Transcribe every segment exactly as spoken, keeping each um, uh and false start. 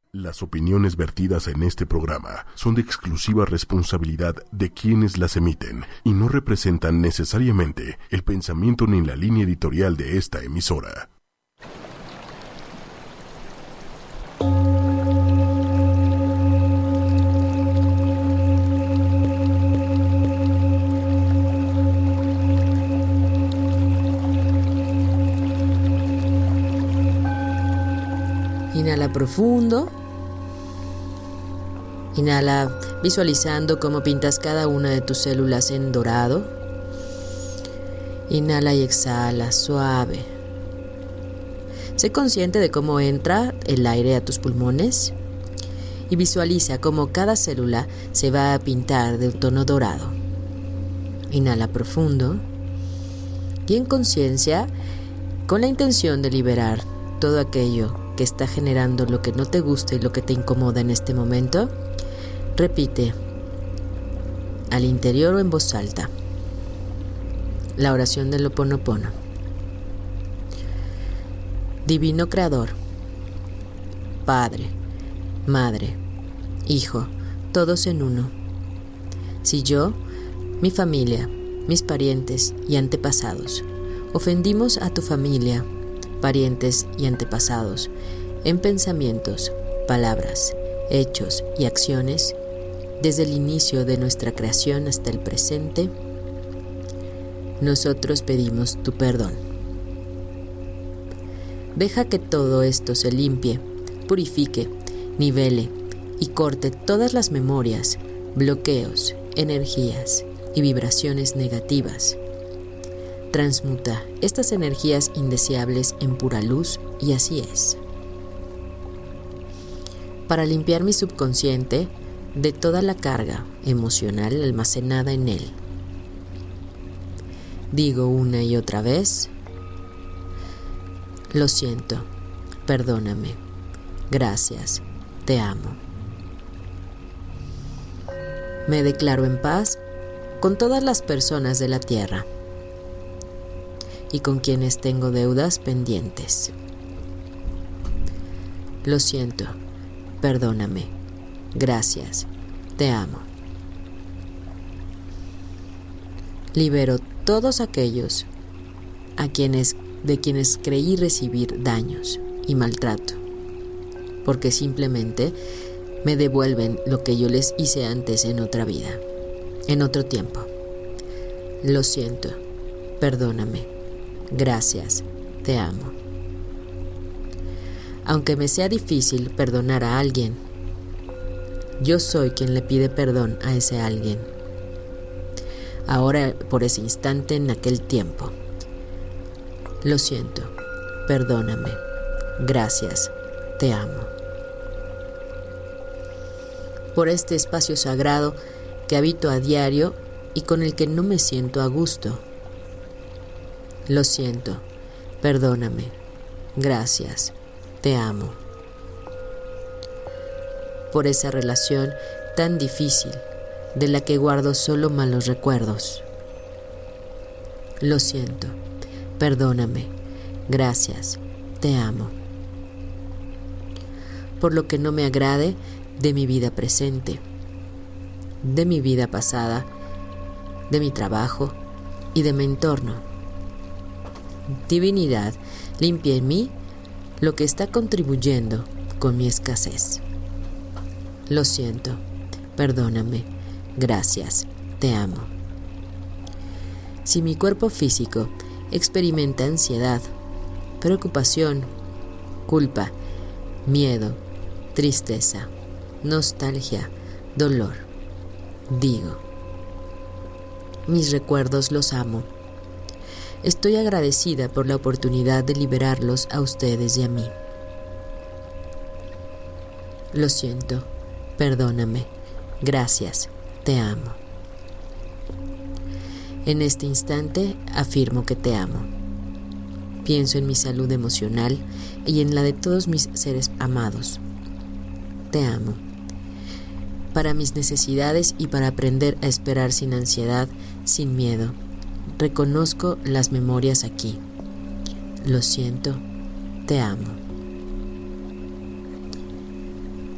Las opiniones vertidas en este programa son de exclusiva responsabilidad de quienes las emiten y no representan necesariamente el pensamiento ni la línea editorial de esta emisora. Inhala profundo. Inhala visualizando cómo pintas cada una de tus células en dorado. Inhala y exhala suave. Sé consciente de cómo entra el aire a tus pulmones y visualiza cómo cada célula se va a pintar de un tono dorado. Inhala profundo y en conciencia, con la intención de liberar todo aquello que está generando lo que no te gusta y lo que te incomoda en este momento, repite al interior o en voz alta la oración del Ho'oponopono. Divino Creador, Padre, Madre, Hijo, todos en uno. Si yo, mi familia, mis parientes y antepasados ofendimos a tu familia, parientes y antepasados en pensamientos, palabras, hechos y acciones, desde el inicio de nuestra creación hasta el presente, nosotros pedimos tu perdón. Deja que todo esto se limpie, purifique, nivele y corte todas las memorias, bloqueos, energías y vibraciones negativas. Transmuta estas energías indeseables en pura luz y así es. Para limpiar mi subconsciente de toda la carga emocional almacenada en él. Digo una y otra vez: lo siento, perdóname, gracias, te amo. Me declaro en paz con todas las personas de la tierra y con quienes tengo deudas pendientes. Lo siento, perdóname, gracias, te amo. Libero todos aquellos a quienes, de quienes creí recibir daños y maltrato, porque simplemente me devuelven lo que yo les hice antes en otra vida, en otro tiempo. Lo siento, perdóname, gracias, te amo. Aunque me sea difícil perdonar a alguien, yo soy quien le pide perdón a ese alguien. Ahora, por ese instante, en aquel tiempo. Lo siento, perdóname, gracias, te amo. Por este espacio sagrado que habito a diario y con el que no me siento a gusto. Lo siento, perdóname, gracias, te amo. Por esa relación tan difícil, de la que guardo solo malos recuerdos. Lo siento, perdóname, gracias, te amo. Por lo que no me agrade de mi vida presente, de mi vida pasada, de mi trabajo y de mi entorno. Divinidad, limpia en mí lo que está contribuyendo con mi escasez. Lo siento, perdóname, gracias, te amo. Si mi cuerpo físico experimenta ansiedad, preocupación, culpa, miedo, tristeza, nostalgia, dolor, digo: mis recuerdos los amo. Estoy agradecida por la oportunidad de liberarlos a ustedes y a mí. Lo siento, perdóname, gracias, te amo. En este instante afirmo que te amo. Pienso en mi salud emocional y en la de todos mis seres amados. Te amo. Para mis necesidades y para aprender a esperar sin ansiedad, sin miedo. Reconozco las memorias aquí. Lo siento, te amo.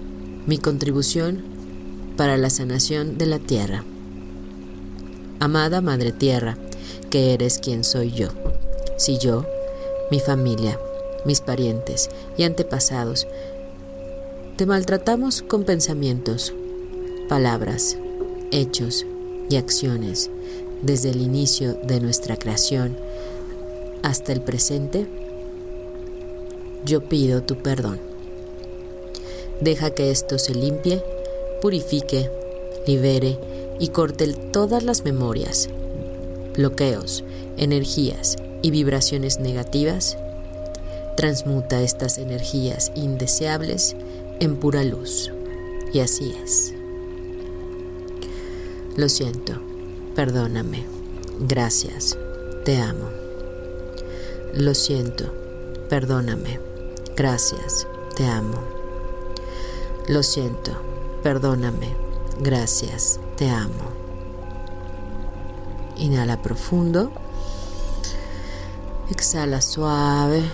mi contribución para la sanación de la tierra. Amada Madre Tierra, que eres quien soy yo. Si yo, mi familia, mis parientes y antepasados te maltratamos con pensamientos, palabras, hechos y acciones desde el inicio de nuestra creación hasta el presente, yo pido tu perdón. Deja que esto se limpie, purifique, libere y corte todas las memorias, bloqueos, energías y vibraciones negativas. Transmuta estas energías indeseables en pura luz. Y así es. Lo siento, perdóname, gracias, te amo. Lo siento, perdóname, gracias, te amo. Lo siento, perdóname, gracias, te amo. Inhala profundo. Exhala suave.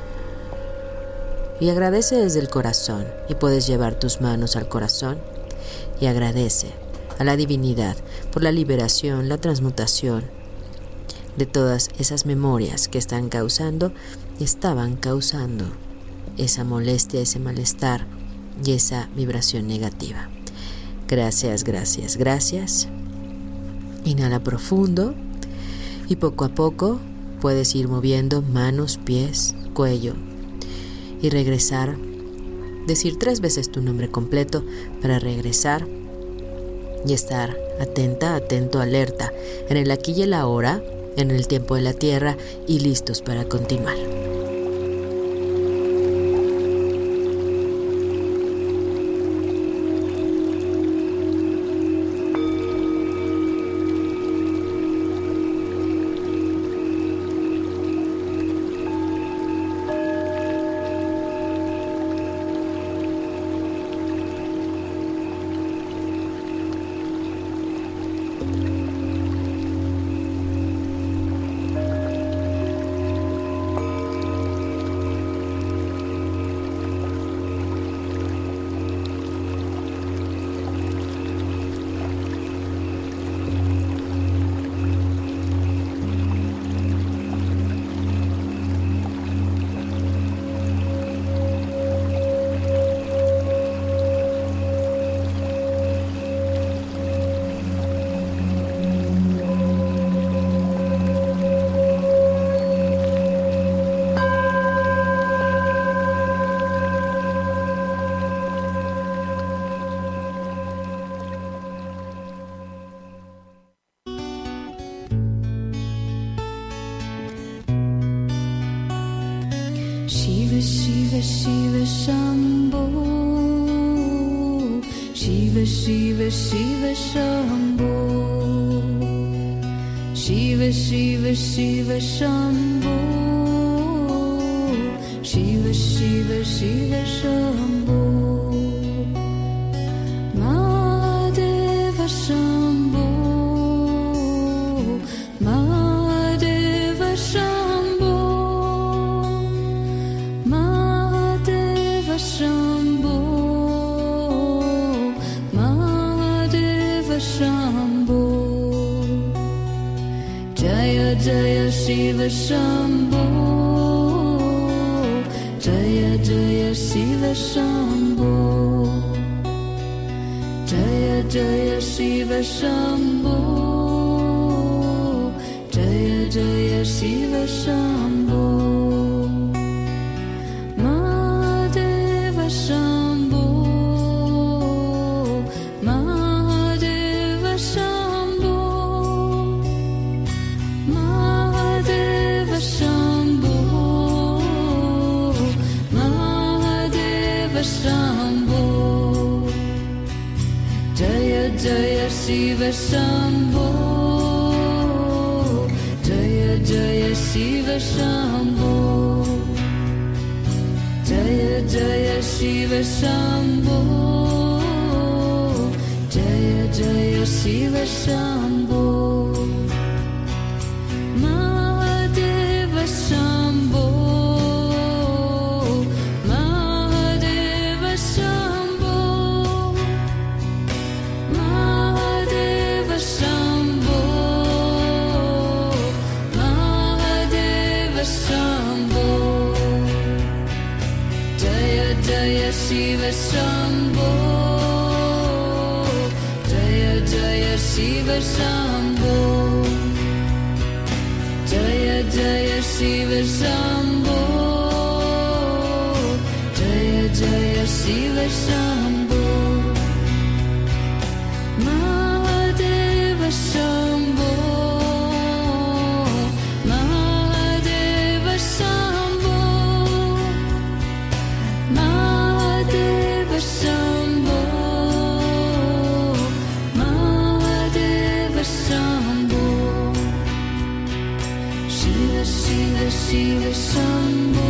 Y agradece desde el corazón. Y puedes llevar tus manos al corazón y agradece a la divinidad por la liberación, la transmutación de todas esas memorias que están causando y estaban causando esa molestia, ese malestar y esa vibración negativa. Gracias, gracias, gracias. Inhala profundo y poco a poco puedes ir moviendo manos, pies, cuello y regresar. Decir tres veces tu nombre completo para regresar y estar atenta, atento, alerta en el aquí y el ahora, en el tiempo de la tierra y listos para continuar. Shiva, Shiva, Shiva, Shambho. Shiva, Shiva, Shiva, Shambho. Shiva, Shiva, Shiva, Shambho. Shiva, Shiva, Shiva, Shambho. Mahadeva Shambho. Mahadeva Shambho. Mahadeva Shambho. Mahadeva Shambho. Jaya Jaya Shiva Shambho. Jaya Jaya Shiva Shambho. Jaya Jaya Shiva Shambho. Jaya Jaya Shiva Shambho. Mahadeva Shambho. Mahadeva Shambho. Mahadeva Shambho. Mahadeva Shambho. Jaya Jaya Shiva Shambho. Jaya Jaya Shiva Shambho. Jaya Jaya Shiva Shambho. Jaya Jaya Shiva Shambho. Mahadeva Shambho. Mahadeva Shambho. Shiva Shambho, Jaya Jaya Shiva Shambho, Jaya Jaya Shiva Shambho, Jaya Jaya Shiva Shambho, Mahadeva Shambho, Mahadeva Shambho, Mahadeva Shambho, Mahadeva Shambho, Shiva Shiva Shiva Shambho,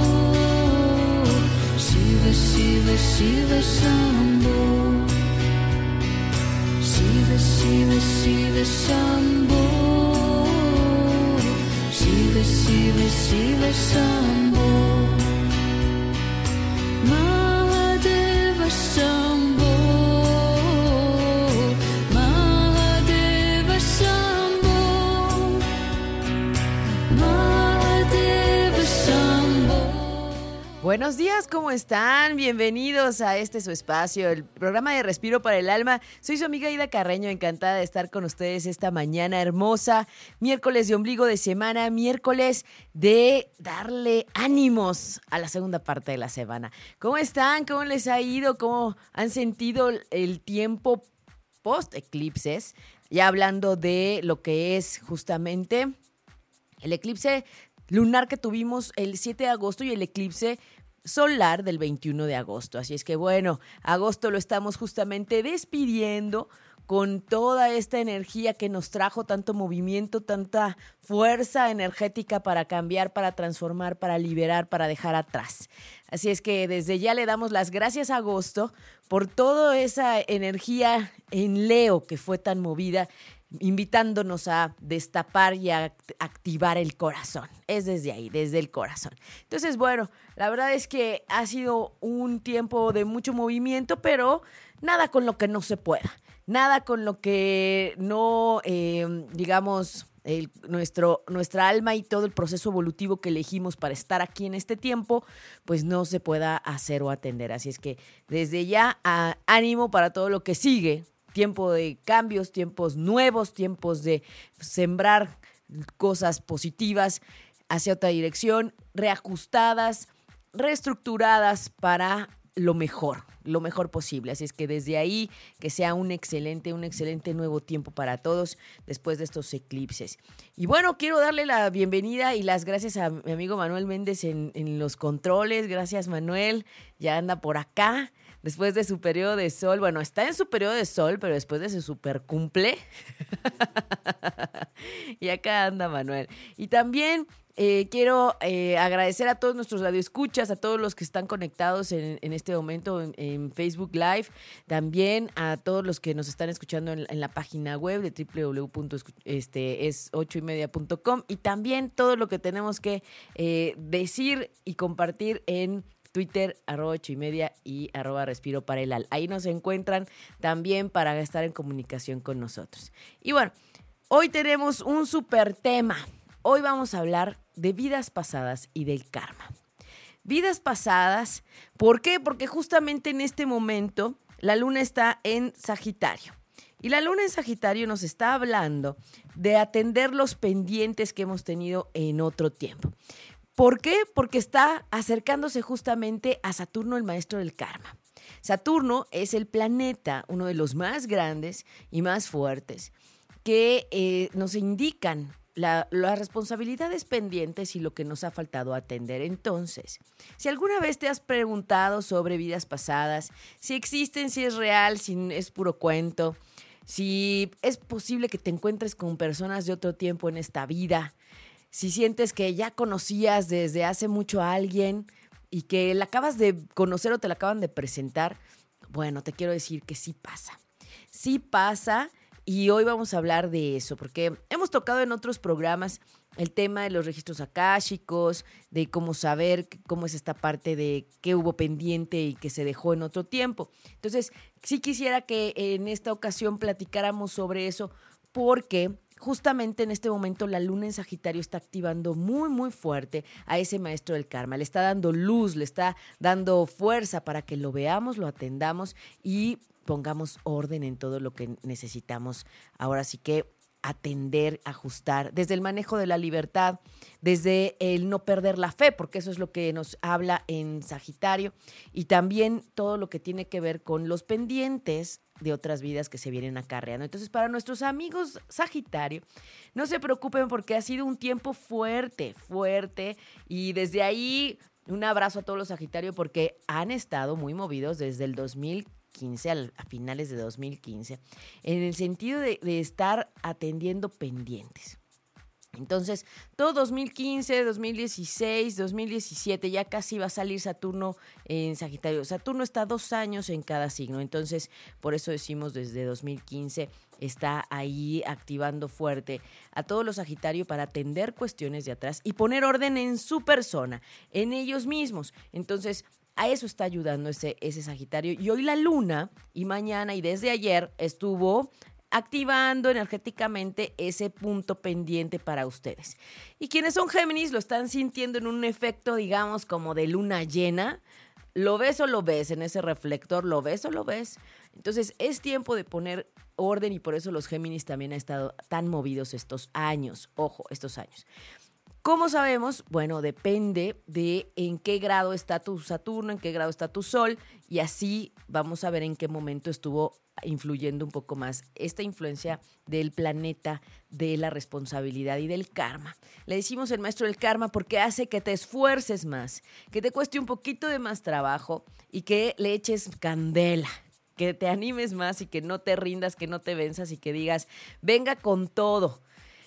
Shiva Shiva Shiva Shambho, Shiva Shiva Shiva Shambho, Shiva Shiva Shiva Shambho, Mahadeva Shambho, Mahadeva Shambho, Mahadeva Shambho. Buenos días, ¿cómo están? Bienvenidos a este su espacio, el programa de Respiro para el Alma. Soy su amiga Ida Carreño, encantada de estar con ustedes esta mañana hermosa, miércoles de ombligo de semana, miércoles de darle ánimos a la segunda parte de la semana. ¿Cómo están? ¿Cómo les ha ido? ¿Cómo han sentido el tiempo post-eclipses? Ya hablando de lo que es justamente el eclipse lunar que tuvimos el siete de agosto y el eclipse solar del veintiuno de agosto. Así es que bueno, agosto lo estamos justamente despidiendo con toda esta energía que nos trajo tanto movimiento, tanta fuerza energética para cambiar, para transformar, para liberar, para dejar atrás. Así es que desde ya le damos las gracias a agosto por toda esa energía en Leo que fue tan movida, invitándonos a destapar y a activar el corazón. Es desde ahí, desde el corazón. Entonces, bueno, la verdad es que ha sido un tiempo de mucho movimiento, pero nada con lo que no se pueda. Nada con lo que no, eh, digamos, el, nuestro, nuestra alma y todo el proceso evolutivo que elegimos para estar aquí en este tiempo, pues no se pueda hacer o atender. Así es que desde ya, a, ánimo para todo lo que sigue. Tiempo de cambios, tiempos nuevos, tiempos de sembrar cosas positivas hacia otra dirección, reajustadas, reestructuradas para lo mejor, lo mejor posible. Así es que desde ahí, que sea un excelente, un excelente nuevo tiempo para todos después de estos eclipses. Y bueno, quiero darle la bienvenida y las gracias a mi amigo Manuel Méndez en, en los controles. Gracias, Manuel, ya anda por acá. Después de su periodo de sol, bueno, está en su periodo de sol, pero después de su super cumple. Y acá anda Manuel. Y también eh, quiero eh, agradecer a todos nuestros radioescuchas, a todos los que están conectados en, en este momento en, en Facebook Live, también a todos los que nos están escuchando en, en la página web de doble u doble u doble u punto es ocho y media punto com y también todo lo que tenemos que eh, decir y compartir en Twitter, arroba ocho y media y arroba respiro para el al. Ahí nos encuentran también para estar en comunicación con nosotros. Y bueno, hoy tenemos un súper tema. Hoy vamos a hablar de vidas pasadas y del karma. Vidas pasadas, ¿por qué? Porque justamente en este momento la luna está en Sagitario. Y la luna en Sagitario nos está hablando de atender los pendientes que hemos tenido en otro tiempo. ¿Por qué? Porque está acercándose justamente a Saturno, el maestro del karma. Saturno es el planeta, uno de los más grandes y más fuertes, que eh, nos indican la, las responsabilidades pendientes y lo que nos ha faltado atender. Entonces, si alguna vez te has preguntado sobre vidas pasadas, si existen, si es real, si es puro cuento, si es posible que te encuentres con personas de otro tiempo en esta vida, si sientes que ya conocías desde hace mucho a alguien y que la acabas de conocer o te la acaban de presentar, bueno, te quiero decir que sí pasa. Sí pasa y hoy vamos a hablar de eso porque hemos tocado en otros programas el tema de los registros akáshicos, de cómo saber cómo es esta parte de qué hubo pendiente y que se dejó en otro tiempo. Entonces, sí quisiera que en esta ocasión platicáramos sobre eso porque justamente en este momento la luna en Sagitario está activando muy, muy fuerte a ese maestro del karma. Le está dando luz, le está dando fuerza para que lo veamos, lo atendamos y pongamos orden en todo lo que necesitamos. Ahora sí que atender, ajustar, desde el manejo de la libertad, desde el no perder la fe, porque eso es lo que nos habla en Sagitario, y también todo lo que tiene que ver con los pendientes de otras vidas que se vienen acarreando. Entonces, para nuestros amigos Sagitario, no se preocupen porque ha sido un tiempo fuerte, fuerte, y desde ahí un abrazo a todos los Sagitario porque han estado muy movidos desde el dos mil quince, al, a finales de dos mil quince, en el sentido de, de estar atendiendo pendientes. Entonces, todo dos mil quince, dos mil dieciséis, dos mil diecisiete, ya casi va a salir Saturno en Sagitario. Saturno está dos años en cada signo, entonces por eso decimos desde dos mil quince está ahí activando fuerte a todos los Sagitario para atender cuestiones de atrás y poner orden en su persona, en ellos mismos. Entonces, a eso está ayudando ese, ese Sagitario. Y hoy la luna, y mañana y desde ayer, estuvo activando energéticamente ese punto pendiente para ustedes. Y quienes son Géminis lo están sintiendo en un efecto, digamos, como de luna llena. ¿Lo ves o lo ves en ese reflector? ¿Lo ves o lo ves? Entonces es tiempo de poner orden y por eso los Géminis también han estado tan movidos estos años. Ojo, estos años. ¿Cómo sabemos? Bueno, depende de en qué grado está tu Saturno, en qué grado está tu Sol, y así vamos a ver en qué momento estuvo influyendo un poco más esta influencia del planeta, de la responsabilidad y del karma. Le decimos el maestro del karma porque hace que te esfuerces más, que te cueste un poquito de más trabajo y que le eches candela, que te animes más y que no te rindas, que no te venzas y que digas, venga con todo.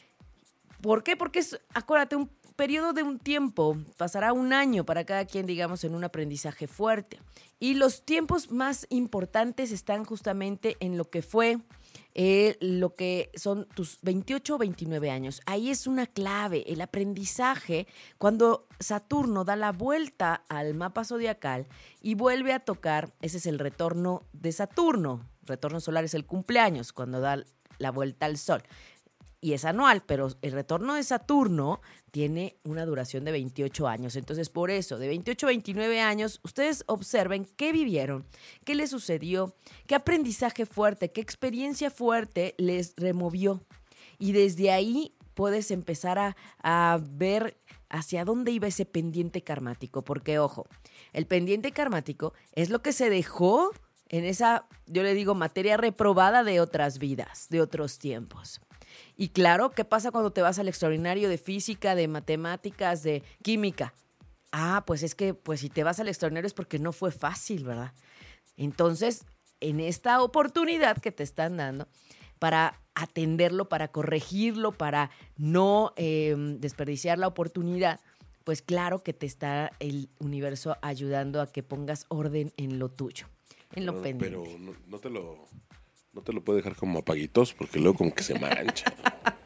¿Por qué? Porque es, acuérdate, un periodo de un tiempo, pasará un año para cada quien, digamos, en un aprendizaje fuerte. Y los tiempos más importantes están justamente en lo que fue, eh, lo que son tus veintiocho o veintinueve años. Ahí es una clave, el aprendizaje, cuando Saturno da la vuelta al mapa zodiacal y vuelve a tocar, ese es el retorno de Saturno. Retorno solar es el cumpleaños, cuando da la vuelta al Sol. Y es anual, pero el retorno de Saturno tiene una duración de veintiocho años. Entonces, por eso, de veintiocho a veintinueve años, ustedes observen qué vivieron, qué les sucedió, qué aprendizaje fuerte, qué experiencia fuerte les removió. Y desde ahí puedes empezar a, a ver hacia dónde iba ese pendiente karmático. Porque, ojo, el pendiente karmático es lo que se dejó en esa, yo le digo, materia reprobada de otras vidas, de otros tiempos. Y claro, ¿qué pasa cuando te vas al extraordinario de física, de matemáticas, de química? Ah, pues es que pues si te vas al extraordinario es porque no fue fácil, ¿verdad? Entonces, en esta oportunidad que te están dando para atenderlo, para corregirlo, para no eh, desperdiciar la oportunidad, pues claro que te está el universo ayudando a que pongas orden en lo tuyo, en lo Pero, pendiente. pero no, no te lo no te lo puede dejar como apaguitos porque luego como que se mancha.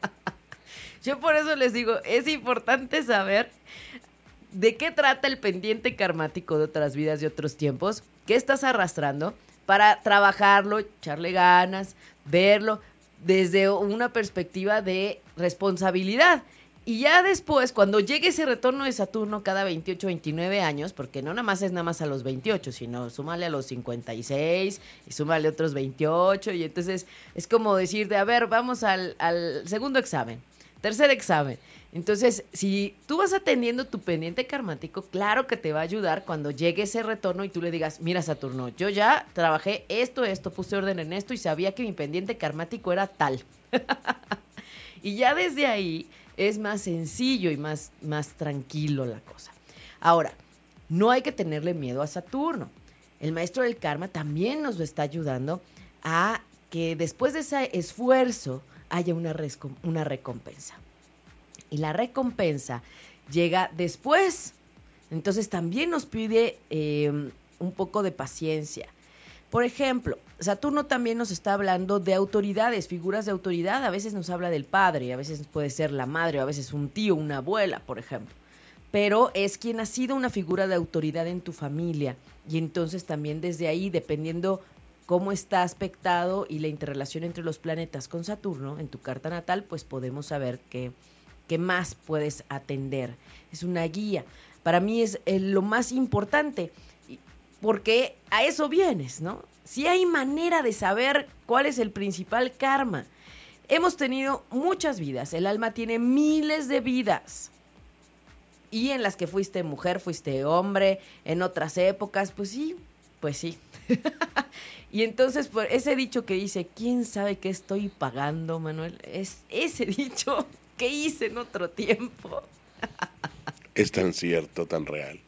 Yo por eso les digo, es importante saber de qué trata el pendiente karmático de otras vidas y otros tiempos, qué estás arrastrando para trabajarlo, echarle ganas, verlo desde una perspectiva de responsabilidad. Y ya después, cuando llegue ese retorno de Saturno cada veintiocho, veintinueve años, porque no nada más es nada más a los veintiocho, sino súmale a los cincuenta y seis y súmale otros veintiocho. Y entonces es como decir, de a ver, vamos al, al segundo examen, tercer examen. Entonces, si tú vas atendiendo tu pendiente karmático, claro que te va a ayudar cuando llegue ese retorno y tú le digas, mira Saturno, yo ya trabajé esto, esto, puse orden en esto y sabía que mi pendiente karmático era tal. Y ya desde ahí es más sencillo y más, más tranquilo la cosa. Ahora, no hay que tenerle miedo a Saturno. El maestro del karma también nos está ayudando a que después de ese esfuerzo haya una, rescom- una recompensa. Y la recompensa llega después. Entonces también nos pide eh, un poco de paciencia. Por ejemplo, Saturno también nos está hablando de autoridades, figuras de autoridad. A veces nos habla del padre, a veces puede ser la madre, a veces un tío, una abuela, por ejemplo. Pero es quien ha sido una figura de autoridad en tu familia. Y entonces también desde ahí, dependiendo cómo está aspectado y la interrelación entre los planetas con Saturno en tu carta natal, pues podemos saber qué, qué más puedes atender. Es una guía. Para mí es eh, lo más importante, porque a eso vienes, ¿no? Si hay manera de saber cuál es el principal karma. Hemos tenido muchas vidas, el alma tiene miles de vidas. Y en las que fuiste mujer, fuiste hombre, en otras épocas, pues sí, pues sí. Y entonces, por ese dicho que dice, ¿quién sabe qué estoy pagando, Manuel? Es ese dicho que hice en otro tiempo. Es tan cierto, tan real.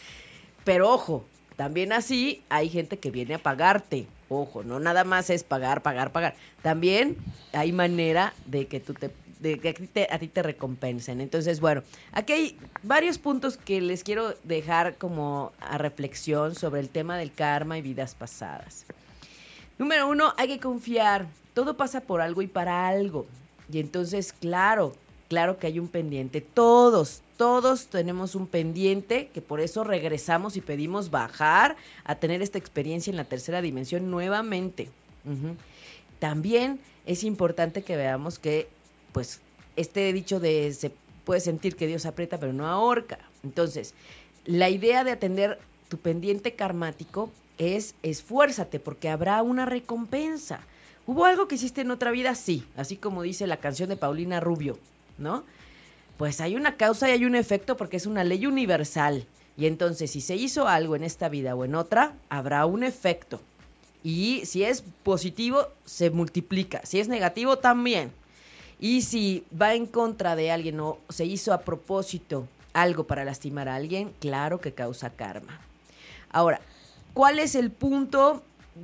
Pero ojo, también así hay gente que viene a pagarte. Ojo, no nada más es pagar, pagar, pagar. También hay manera de que tú te, de que a ti te, a ti te recompensen. Entonces, bueno, aquí hay varios puntos que les quiero dejar como a reflexión sobre el tema del karma y vidas pasadas. Número uno, hay que confiar. Todo pasa por algo y para algo. Y entonces, claro, claro que hay un pendiente. Todos, todos tenemos un pendiente, que por eso regresamos y pedimos bajar a tener esta experiencia en la tercera dimensión nuevamente. Uh-huh. También es importante que veamos que, pues, este dicho de se puede sentir que Dios aprieta pero no ahorca. Entonces, la idea de atender tu pendiente karmático es esfuérzate porque habrá una recompensa. ¿Hubo algo que hiciste en otra vida? Sí, así como dice la canción de Paulina Rubio, ¿no? Pues hay una causa y hay un efecto porque es una ley universal. Y entonces, si se hizo algo en esta vida o en otra, habrá un efecto. Y si es positivo, se multiplica. Si es negativo, también. Y si va en contra de alguien o se hizo a propósito algo para lastimar a alguien, claro que causa karma. Ahora, ¿cuál es el punto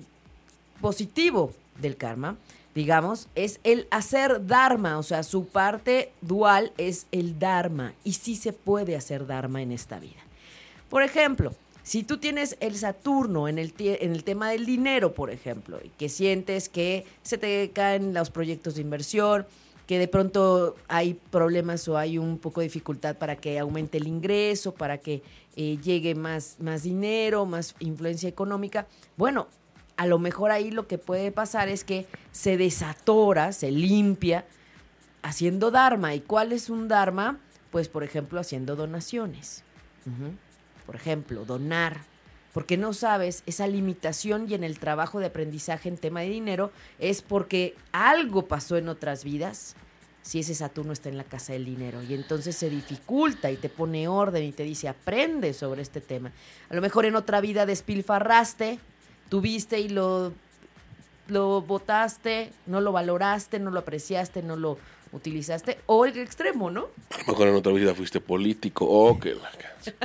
positivo del karma? Digamos, es el hacer dharma, o sea, su parte dual es el dharma, y sí se puede hacer dharma en esta vida. Por ejemplo, si tú tienes el Saturno en el, en el tema del dinero, por ejemplo, y que sientes que se te caen los proyectos de inversión, que de pronto hay problemas o hay un poco de dificultad para que aumente el ingreso, para que eh, llegue más, más dinero, más influencia económica, bueno, a lo mejor ahí lo que puede pasar es que se desatora, se limpia haciendo dharma. ¿Y cuál es un dharma? Pues, por ejemplo, haciendo donaciones. Uh-huh. Por ejemplo, donar. Porque no sabes, esa limitación y en el trabajo de aprendizaje en tema de dinero es porque algo pasó en otras vidas, si ese Saturno está en la casa del dinero. Y entonces se dificulta y te pone orden y te dice, aprende sobre este tema. A lo mejor en otra vida despilfarraste, tuviste y lo, lo botaste, no lo valoraste, no lo apreciaste, no lo utilizaste, o el extremo, ¿no? A lo mejor en otra vida fuiste político, o que la canción.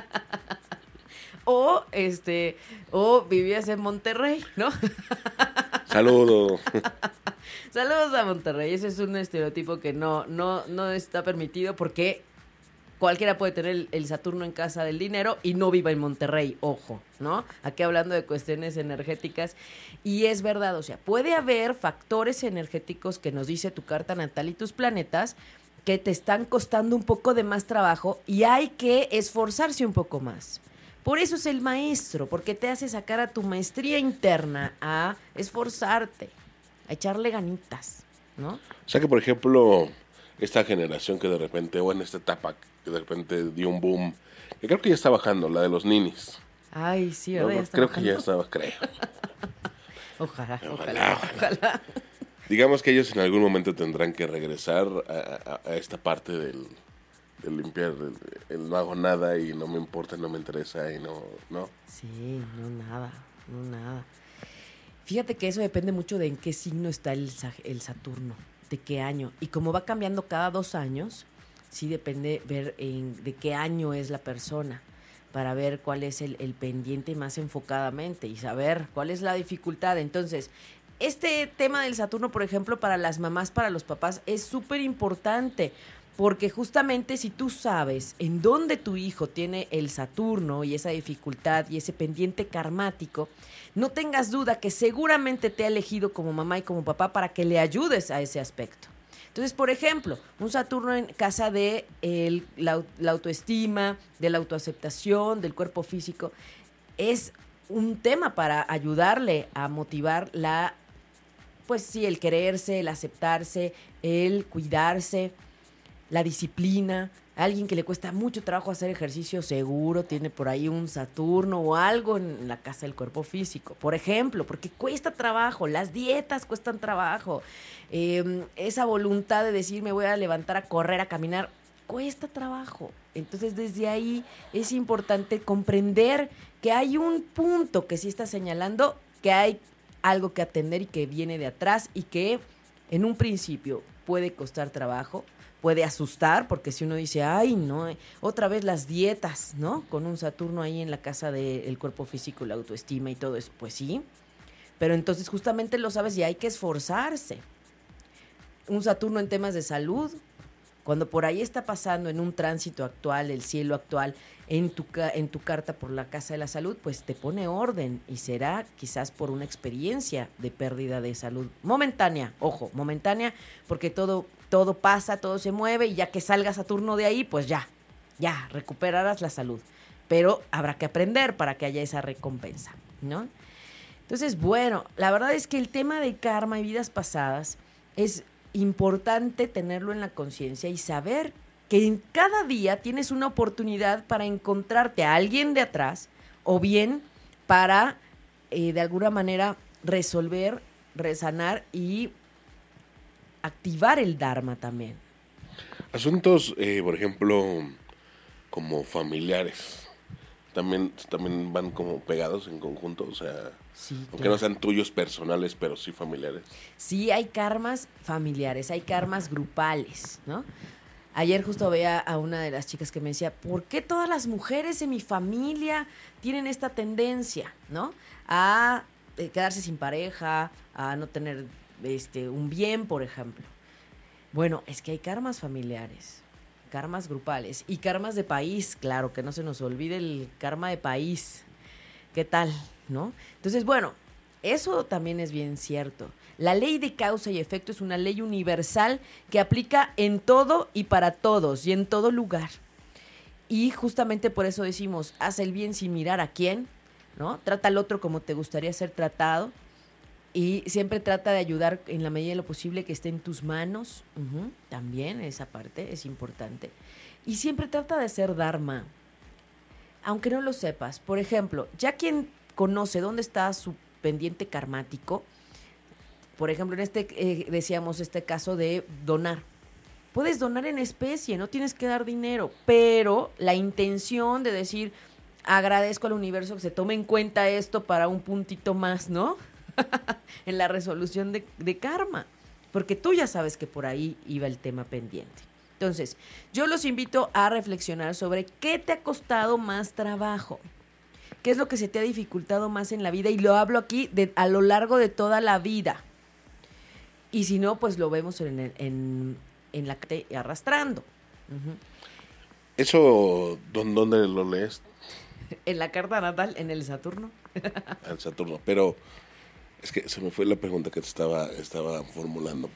O, este, o vivías en Monterrey, ¿no? Saludos. Saludos a Monterrey. Ese es un estereotipo que no, no, no está permitido porque cualquiera puede tener el, el Saturno en casa del dinero y no viva en Monterrey, ojo, ¿no? Aquí hablando de cuestiones energéticas. Y es verdad, o sea, puede haber factores energéticos que nos dice tu carta natal y tus planetas que te están costando un poco de más trabajo y hay que esforzarse un poco más. Por eso es el maestro, porque te hace sacar a tu maestría interna a esforzarte, a echarle ganitas, ¿no? O sea que, por ejemplo, esta generación que de repente, o en esta etapa que de repente dio un boom, que creo que ya está bajando, la de los ninis. Ay, sí, ¿No? ¿verdad? Ya está Creo bajando. que ya estaba, creo. Ojalá, Ojalá, ojalá, ojalá. ojalá. Digamos que ellos en algún momento tendrán que regresar a, a- a esta parte del, del limpiar, el, el no hago nada y no me importa, no me interesa y no, ¿no? Sí, no nada, no nada. Fíjate que eso depende mucho de en qué signo está el, Sa- el Saturno, de qué año. Y como va cambiando cada dos años, sí depende ver en, de qué año es la persona, para ver cuál es el, el pendiente más enfocadamente y saber cuál es la dificultad. Entonces, este tema del Saturno, por ejemplo, para las mamás, para los papás, es súper importante. Porque justamente si tú sabes en dónde tu hijo tiene el Saturno y esa dificultad y ese pendiente karmático, no tengas duda que seguramente te ha elegido como mamá y como papá para que le ayudes a ese aspecto. Entonces, por ejemplo, un Saturno en casa de el, la, la autoestima, de la autoaceptación, del cuerpo físico, es un tema para ayudarle a motivar la, pues sí, el quererse, el aceptarse, el cuidarse, la disciplina. Alguien que le cuesta mucho trabajo hacer ejercicio, seguro tiene por ahí un Saturno o algo en la casa del cuerpo físico, por ejemplo, porque cuesta trabajo, las dietas cuestan trabajo, eh, esa voluntad de decir me voy a levantar a correr, a caminar, cuesta trabajo. Entonces desde ahí es importante comprender que hay un punto que sí está señalando que hay algo que atender y que viene de atrás y que en un principio puede costar trabajo, puede asustar, porque si uno dice, ay, no, eh, otra vez las dietas, ¿no? Con un Saturno ahí en la casa del cuerpo físico, la autoestima y todo eso, pues sí, pero entonces justamente lo sabes y hay que esforzarse. Un Saturno en temas de salud, cuando por ahí está pasando en un tránsito actual, el cielo actual, en tu, ca- en tu carta por la casa de la salud, pues te pone orden y será quizás por una experiencia de pérdida de salud momentánea, ojo, momentánea, porque todo, todo pasa, todo se mueve y ya que salga Saturno de ahí, pues ya, ya, recuperarás la salud. Pero habrá que aprender para que haya esa recompensa, ¿no? Entonces, bueno, la verdad es que el tema de karma y vidas pasadas es importante tenerlo en la conciencia y saber que en cada día tienes una oportunidad para encontrarte a alguien de atrás o bien para, eh, de alguna manera, resolver, resanar y activar el Dharma también. Asuntos, eh, por ejemplo, como familiares, también, también van como pegados en conjunto, o sea, Sí, aunque claro. no sean tuyos personales, pero sí familiares. Sí, hay karmas familiares, hay karmas grupales, ¿no? Ayer justo veía a una de las chicas que me decía, ¿por qué todas las mujeres en mi familia tienen esta tendencia, ¿no? A eh, quedarse sin pareja, a no tener este un bien, por ejemplo. Bueno, es que hay karmas familiares, karmas grupales y karmas de país, claro, que no se nos olvide el karma de país. ¿Qué tal? ¿No? Entonces, bueno, eso también es bien cierto. La ley de causa y efecto es una ley universal que aplica en todo y para todos y en todo lugar. Y justamente por eso decimos, haz el bien sin mirar a quién, ¿no? Trata al otro como te gustaría ser tratado y siempre trata de ayudar en la medida de lo posible que esté en tus manos. Ujú, también esa parte es importante. Y siempre trata de ser dharma, aunque no lo sepas. Por ejemplo, ya quien conoce dónde está su pendiente karmático, por ejemplo, en este, eh, decíamos, este caso de donar. Puedes donar en especie, no tienes que dar dinero, pero la intención de decir, agradezco al universo que se tome en cuenta esto para un puntito más, ¿no? En la resolución de, de karma, porque tú ya sabes que por ahí iba el tema pendiente. Entonces, yo los invito a reflexionar sobre qué te ha costado más trabajo, qué es lo que se te ha dificultado más en la vida, y lo hablo aquí de, a lo largo de toda la vida. Y si no, pues lo vemos en, el- en, en la que te arrastrando. Ujú. ¿Eso dón- dónde lo lees? En la carta natal, en el Saturno. Al Saturno. Pero es que se me fue la pregunta que te estaba, estaba formulando.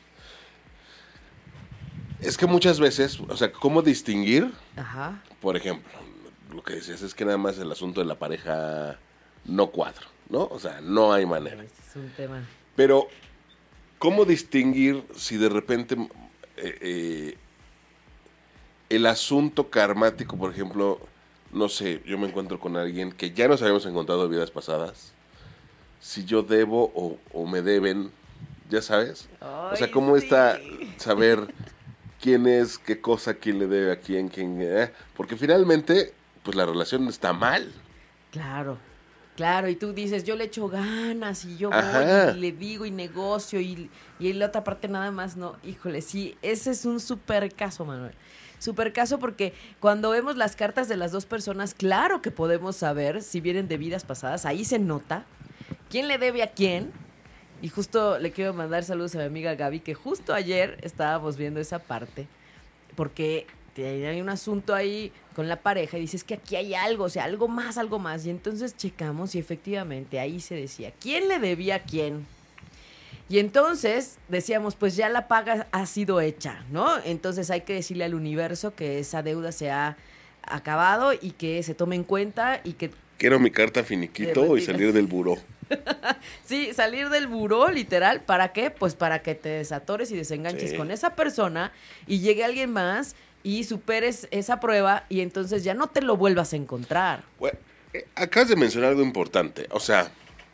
Es que muchas veces, o sea, ¿cómo distinguir? Ajá. Por ejemplo, lo que decías es que nada más el asunto de la pareja no cuadra, ¿no? O sea, no hay manera. Este es un tema. Pero, ¿cómo distinguir si de repente eh, eh, el asunto karmático, por ejemplo, no sé, yo me encuentro con alguien que ya nos habíamos encontrado en vidas pasadas, si yo debo o, o me deben, ya sabes? O sea, Ay, ¿cómo está sí. saber quién es, qué cosa, quién le debe a quién, quién... eh? Porque finalmente, pues la relación está mal. Claro, claro, y tú dices, yo le echo ganas y yo voy Ajá. y le digo y negocio y, y en la otra parte nada más no. Híjole, sí, ese es un súper caso, Manuel. Súper caso porque cuando vemos las cartas de las dos personas, claro que podemos saber si vienen de vidas pasadas, ahí se nota quién le debe a quién. Y justo le quiero mandar saludos a mi amiga Gaby, que justo ayer estábamos viendo esa parte, porque te- hay un asunto ahí con la pareja y dices que aquí hay algo, o sea, algo más, algo más. Y entonces checamos y efectivamente ahí se decía, ¿quién le debía a quién? Y entonces decíamos, pues ya la paga ha sido hecha, ¿no? Entonces hay que decirle al universo que esa deuda se ha acabado y que se tome en cuenta y que Quiero mi carta finiquito De y salir del buró. Sí, salir del buró, literal, ¿para qué? Pues para que te desatores y desenganches Sí. con esa persona y llegue alguien más y superes esa prueba y entonces ya no te lo vuelvas a encontrar. Bueno, eh, acabas de mencionar algo importante. O sea,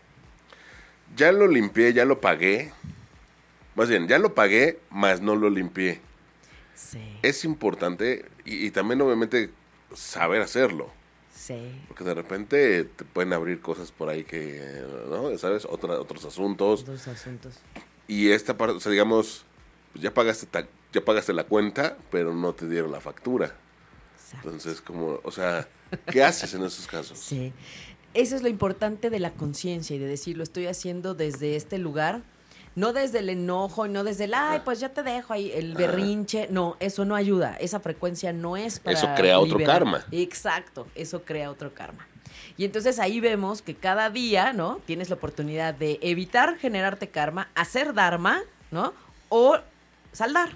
ya lo limpié, ya lo pagué. Más bien, ya lo pagué, más no lo limpié. Sí, Es importante y, y también obviamente saber hacerlo. sí. Porque de repente te pueden abrir cosas por ahí que, ¿no? ¿Sabes? Otra, otros asuntos. Dos asuntos. Y esta parte, o sea, digamos, pues ya pagaste ta- ya pagaste la cuenta, pero no te dieron la factura. Exacto. Entonces, como, o sea, ¿qué haces en esos casos? Sí. Eso es lo importante de la conciencia y de decir, lo estoy haciendo desde este lugar, no desde el enojo y no desde el, ay, pues ya te dejo ahí, el berrinche. No, eso no ayuda. Esa frecuencia no es para Eso crea otro liberar. karma. Exacto, eso crea otro karma. Y entonces ahí vemos que cada día, ¿no? Tienes la oportunidad de evitar generarte karma, hacer dharma, ¿no? O saldar.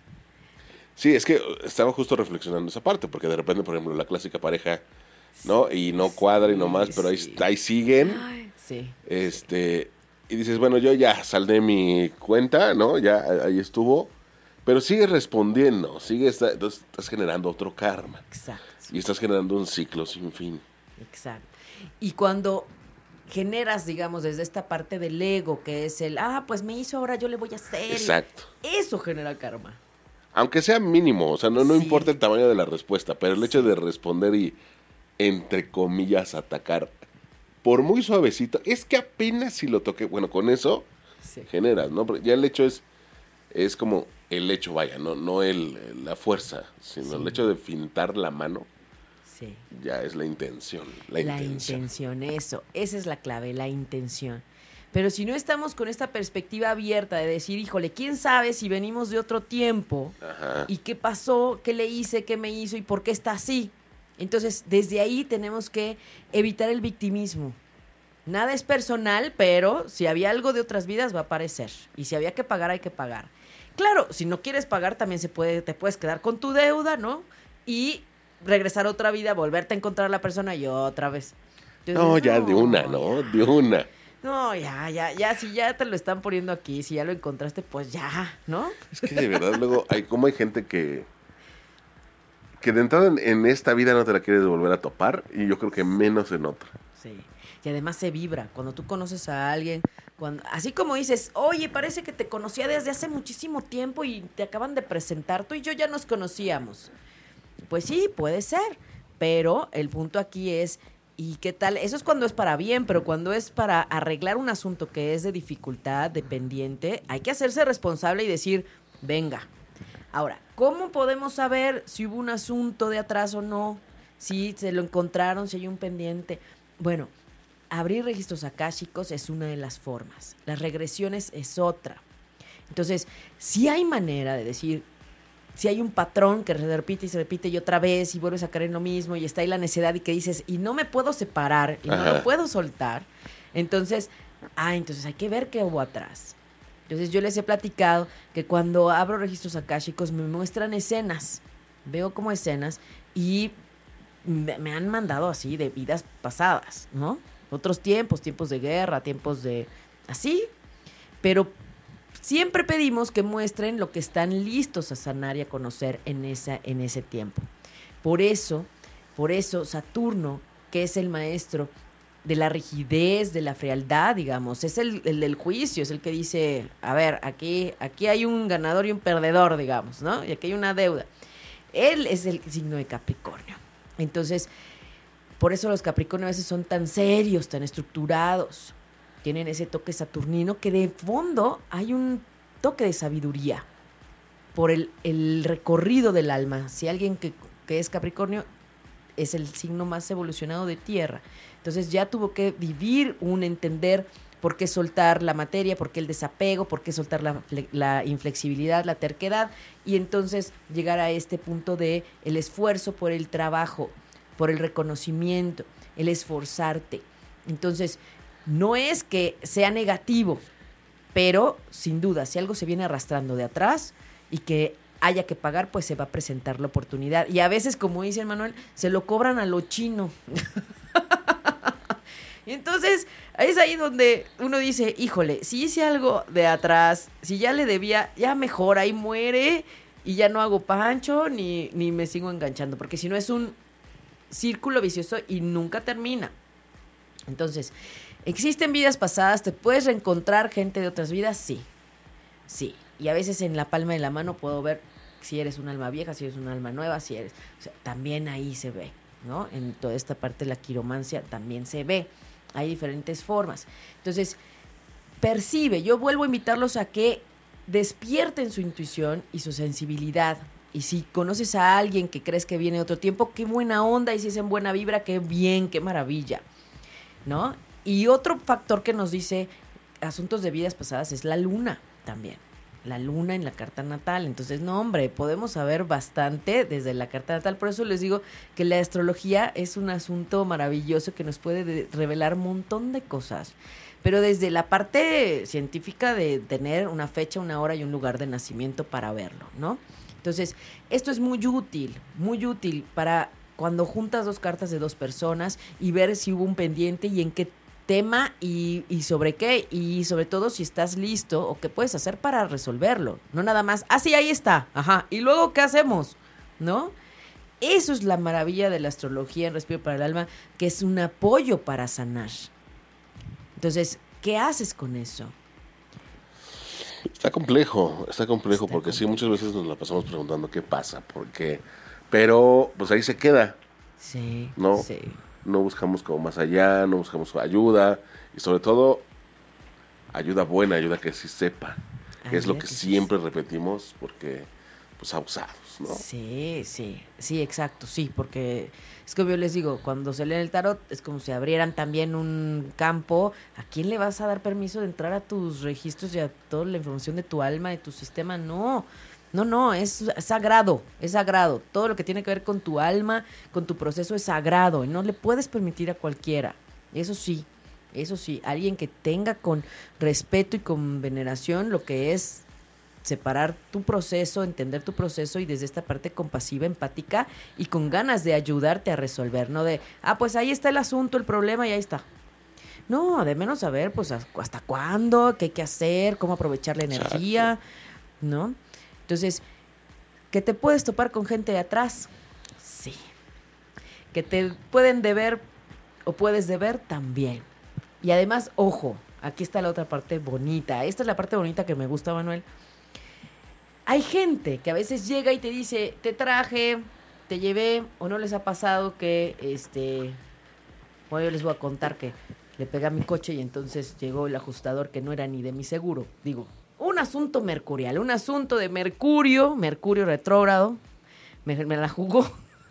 Sí, es que estaba justo reflexionando esa parte, porque de repente, por ejemplo, la clásica pareja, ¿no? Y no cuadra y no más, pero ahí, Sí. ahí siguen. Ay, sí. Este, y dices, bueno, yo ya saldé mi cuenta, ¿no? Ya ahí estuvo. Pero sigues respondiendo, sigues, entonces estás generando otro karma. Exacto. Y estás generando un ciclo sin fin. Exacto. Y cuando generas, digamos, desde esta parte del ego, que es el, ah, pues me hizo, ahora yo le voy a hacer. Exacto. Eso genera karma. Aunque sea mínimo, o sea, no, no Sí. importa el tamaño de la respuesta, pero el hecho de responder y, entre comillas, atacar, por muy suavecito, es que apenas si lo toqué, bueno, con eso Sí. generas, ¿no? Porque ya el hecho es, es como el hecho, vaya, no, no el, la fuerza, sino Sí. el hecho de fintar la mano, Sí. ya es la intención, la, La intención. intención, eso. Esa es la clave, la intención. Pero si no estamos con esta perspectiva abierta de decir, híjole, ¿quién sabe si venimos de otro tiempo? Ajá. ¿Y qué pasó? ¿Qué le hice? ¿Qué me hizo? ¿Y por qué está así? Entonces, desde ahí tenemos que evitar el victimismo. Nada es personal, pero si había algo de otras vidas va a aparecer. Y si había que pagar, hay que pagar. Claro, si no quieres pagar, también se puede, te puedes quedar con tu deuda, ¿no? Y regresar a otra vida, volverte a encontrar a la persona y otra vez. Entonces, No, ya de una, ¿no? De una. No, ya, ya, ya, si ya te lo están poniendo aquí, si ya lo encontraste, pues ya, ¿no? Es que de verdad luego hay como hay gente que que de entrada en, en esta vida no te la quieres volver a topar y yo creo que menos en otra. Sí. Y además se vibra. Cuando tú conoces a alguien, cuando, así como dices, oye, parece que te conocía desde hace muchísimo tiempo y te acaban de presentar, tú y yo ya nos conocíamos. Pues sí, puede ser. Pero el punto aquí es, ¿y qué tal? Eso es cuando es para bien, pero cuando es para arreglar un asunto que es de dificultad, de pendiente, hay que hacerse responsable y decir, venga. Ahora, ¿cómo podemos saber si hubo un asunto de atrás o no? Si se lo encontraron, si hay un pendiente. Bueno, abrir registros akáshicos es una de las formas. Las regresiones es otra. Entonces, si hay manera de decir, si hay un patrón que se repite y se repite y otra vez y vuelves a caer en lo mismo y está ahí la necedad y que dices, y no me puedo separar y no Ajá. lo puedo soltar, entonces, ah, entonces hay que ver qué hubo atrás. Entonces yo les he platicado que cuando abro registros akáshicos me muestran escenas, veo como escenas y me, me han mandado así de vidas pasadas, ¿no? Otros tiempos, tiempos de guerra, tiempos de así, pero siempre pedimos que muestren lo que están listos a sanar y a conocer en, esa, en ese tiempo. Por eso, por eso Saturno, que es el maestro de la rigidez, de la frialdad, digamos, es el, el del juicio, es el que dice, a ver, aquí, aquí hay un ganador y un perdedor, digamos, ¿no? Y aquí hay una deuda. Él es el signo de Capricornio. Entonces, por eso los Capricornios a veces son tan serios, tan estructurados. Tienen ese toque saturnino que de fondo hay un toque de sabiduría por el, el recorrido del alma. Si alguien que, que es Capricornio es el signo más evolucionado de Tierra. Entonces ya tuvo que vivir un entender por qué soltar la materia, por qué el desapego, por qué soltar la, la inflexibilidad, la terquedad, y entonces llegar a este punto de el esfuerzo por el trabajo, por el reconocimiento, el esforzarte. Entonces, no es que sea negativo, pero sin duda, si algo se viene arrastrando de atrás y que haya que pagar, pues se va a presentar la oportunidad. Y a veces, como dice el Manuel, se lo cobran a lo chino. Y entonces, es ahí donde uno dice, híjole, si hice algo de atrás, si ya le debía, ya mejor, ahí muere y ya no hago pancho ni, ni me sigo enganchando, porque si no es un círculo vicioso y nunca termina. Entonces, ¿existen vidas pasadas? ¿Te puedes reencontrar gente de otras vidas? Sí, sí. Y a veces en la palma de la mano puedo ver si eres un alma vieja, si eres un alma nueva, si eres... O sea, también ahí se ve, ¿no? En toda esta parte de la quiromancia también se ve. Hay diferentes formas. Entonces, percibe. Yo vuelvo a invitarlos a que despierten su intuición y su sensibilidad. Y si conoces a alguien que crees que viene de otro tiempo, qué buena onda. Y si es en buena vibra, qué bien, qué maravilla, ¿no? Y otro factor que nos dice asuntos de vidas pasadas es la luna también. La luna en la carta natal. Entonces, no, hombre, podemos saber bastante desde la carta natal. Por eso les digo que la astrología es un asunto maravilloso que nos puede de- revelar un montón de cosas. Pero desde la parte científica de tener una fecha, una hora y un lugar de nacimiento para verlo, ¿no? Entonces, esto es muy útil, muy útil para cuando juntas dos cartas de dos personas y ver si hubo un pendiente y en qué tema y, y sobre qué, y sobre todo si estás listo o qué puedes hacer para resolverlo. No nada más, ah, sí, ahí está, ajá, y luego, ¿qué hacemos? ¿No? Eso es la maravilla de la astrología en Respiro para el Alma, que es un apoyo para sanar. Entonces, ¿qué haces con eso? Está complejo, está complejo, Está porque sí, complejo. muchas veces nos la pasamos preguntando qué pasa, por qué. Pero, pues ahí se queda, Sí, ¿no? sí. No buscamos como más allá, no buscamos ayuda, y sobre todo, ayuda buena, ayuda que sí sepa, que es lo Ayuda que que sí siempre repetimos, porque, pues, abusados, ¿no? Sí, sí, sí, exacto, sí, porque es como yo les digo, cuando se lee el tarot es como si abrieran también un campo. ¿A quién le vas a dar permiso de entrar a tus registros y a toda la información de tu alma, de tu sistema? No, no, no, es sagrado, es sagrado. Todo lo que tiene que ver con tu alma, con tu proceso es sagrado y no le puedes permitir a cualquiera. Eso sí, eso sí, alguien que tenga con respeto y con veneración lo que es separar tu proceso, entender tu proceso y desde esta parte compasiva, empática y con ganas de ayudarte a resolver, no de, ah, pues ahí está el asunto, el problema y ahí está. No, de menos saber, pues, hasta cuándo, qué hay que hacer, cómo aprovechar la Exacto. energía, ¿no? Entonces, ¿que te puedes topar con gente de atrás? Sí. ¿Que te pueden deber o puedes deber? También. Y además, ojo, aquí está la otra parte bonita. Esta es la parte bonita que me gusta, Manuel. Hay gente que a veces llega y te dice, te traje, te llevé, o no les ha pasado que, este, bueno, yo les voy a contar que le pegué a mi coche y entonces llegó el ajustador que no era ni de mi seguro. Digo, un asunto mercurial, un asunto de Mercurio, Mercurio retrógrado, me, me la jugó.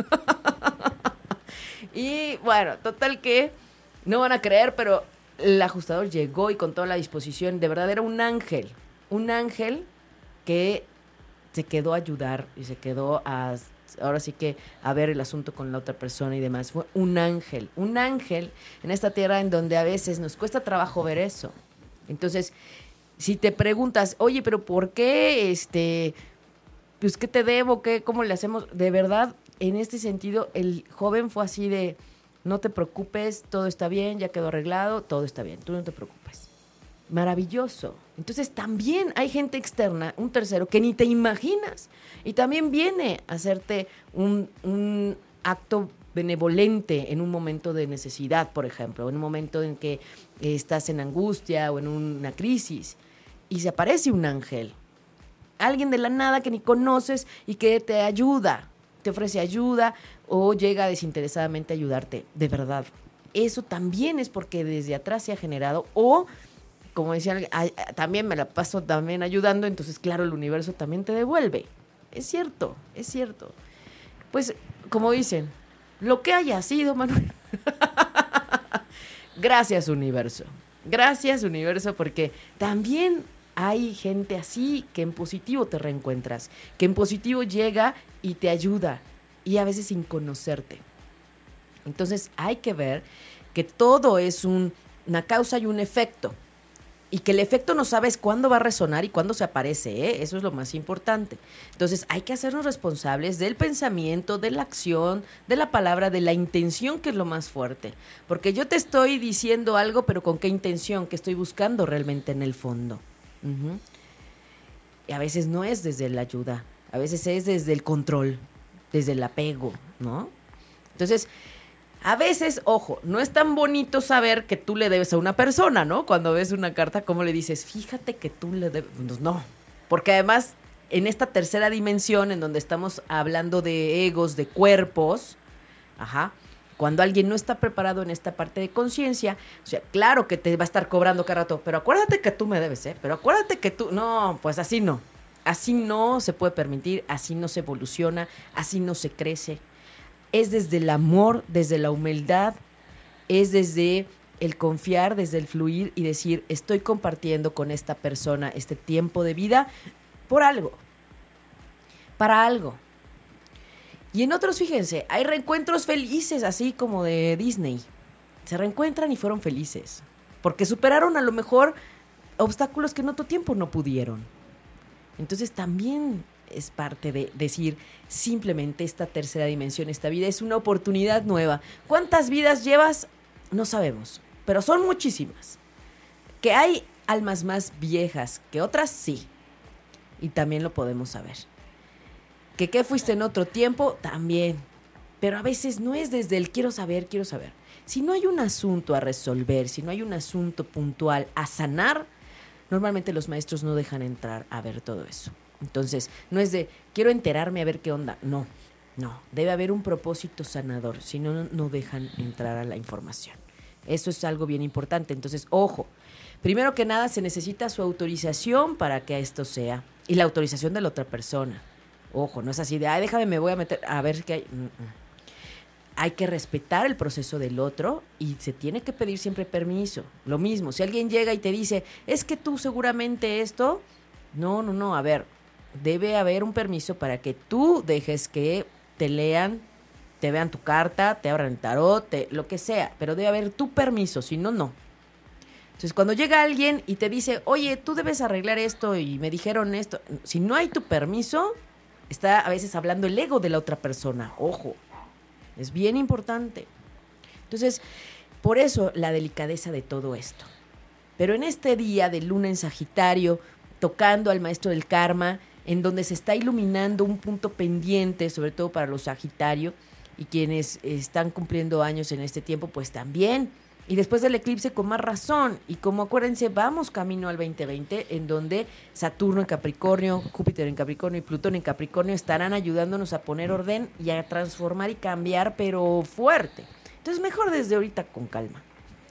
Y bueno, total que no van a creer, pero el ajustador llegó y con toda la disposición, de verdad era un ángel, un ángel que se quedó a ayudar y se quedó a, ahora sí que a ver el asunto con la otra persona y demás. Fue un ángel, un ángel en esta tierra en donde a veces nos cuesta trabajo ver eso. Entonces, si te preguntas, oye, pero ¿por qué este, pues qué te debo, qué, cómo le hacemos? De verdad, en este sentido, el joven fue así de, no te preocupes, todo está bien, ya quedó arreglado, todo está bien, tú no te preocupes. Maravilloso. Entonces también hay gente externa, un tercero, que ni te imaginas. Y también viene a hacerte un, un acto benevolente en un momento de necesidad, por ejemplo, en un momento en que eh, estás en angustia o en una crisis. Y se aparece un ángel. Alguien de la nada que ni conoces y que te ayuda, te ofrece ayuda o llega desinteresadamente a ayudarte. De verdad. Eso también es porque desde atrás se ha generado o como decían, también me la paso también ayudando, entonces claro, el universo también te devuelve. Es cierto, es cierto. Pues, como dicen, lo que haya sido, Manuel. Gracias, universo. Gracias, universo, porque también hay gente así que en positivo te reencuentras, que en positivo llega y te ayuda, y a veces sin conocerte. Entonces hay que ver que todo es un, una causa y un efecto. Y que el efecto no sabes cuándo va a resonar y cuándo se aparece, ¿eh? Eso es lo más importante. Entonces hay que hacernos responsables del pensamiento, de la acción, de la palabra, de la intención, que es lo más fuerte. Porque yo te estoy diciendo algo, pero ¿con qué intención? ¿Qué estoy buscando realmente en el fondo? Uh-huh. Y a veces no es desde la ayuda, a veces es desde el control, desde el apego, ¿no? Entonces, a veces, ojo, no es tan bonito saber que tú le debes a una persona, ¿no? Cuando ves una carta, ¿cómo le dices? Fíjate que tú le debes. Pues no, porque además, en esta tercera dimensión, en donde estamos hablando de egos, de cuerpos, ajá, cuando alguien no está preparado en esta parte de conciencia, o sea, claro que te va a estar cobrando cada rato, pero acuérdate que tú me debes, ¿eh? Pero acuérdate que tú. No, pues así no. Así no se puede permitir, así no se evoluciona, así no se crece. Es desde el amor, desde la humildad, es desde el confiar, desde el fluir y decir, estoy compartiendo con esta persona este tiempo de vida por algo, para algo. Y en otros, fíjense, hay reencuentros felices, así como de Disney. Se reencuentran y fueron felices, porque superaron a lo mejor obstáculos que en otro tiempo no pudieron. Entonces también es parte de decir, simplemente esta tercera dimensión, esta vida es una oportunidad nueva. ¿Cuántas vidas llevas? No sabemos, pero son muchísimas. Que hay almas más viejas que otras, sí. Y también lo podemos saber. Que qué fuiste en otro tiempo, también. Pero a veces no es desde el quiero saber, quiero saber. Si no hay un asunto a resolver, si no hay un asunto puntual a sanar, normalmente los maestros no dejan entrar a ver todo eso. Entonces, no es de, quiero enterarme a ver qué onda. No, no. Debe haber un propósito sanador. Si no, no dejan entrar a la información. Eso es algo bien importante. Entonces, ojo. Primero que nada, se necesita su autorización para que esto sea. Y la autorización de la otra persona. Ojo, no es así de, ay, déjame, me voy a meter a ver qué hay. Mm-mm. Hay que respetar el proceso del otro y se tiene que pedir siempre permiso. Lo mismo, si alguien llega y te dice, es que tú seguramente esto... No, no, no, a ver... Debe haber un permiso para que tú dejes que te lean, te vean tu carta, te abran el tarot, te, lo que sea. Pero debe haber tu permiso, si no, no. Entonces, cuando llega alguien y te dice, oye, tú debes arreglar esto y me dijeron esto. Si no hay tu permiso, está a veces hablando el ego de la otra persona. Ojo, es bien importante. Entonces, por eso la delicadeza de todo esto. Pero en este día de luna en Sagitario, tocando al maestro del karma, en donde se está iluminando un punto pendiente, sobre todo para los Sagitario, y quienes están cumpliendo años en este tiempo, pues también. Y después del eclipse con más razón. Y como acuérdense, vamos camino al veinte veinte, en donde Saturno en Capricornio, Júpiter en Capricornio y Plutón en Capricornio estarán ayudándonos a poner orden y a transformar y cambiar, pero fuerte. Entonces mejor desde ahorita con calma.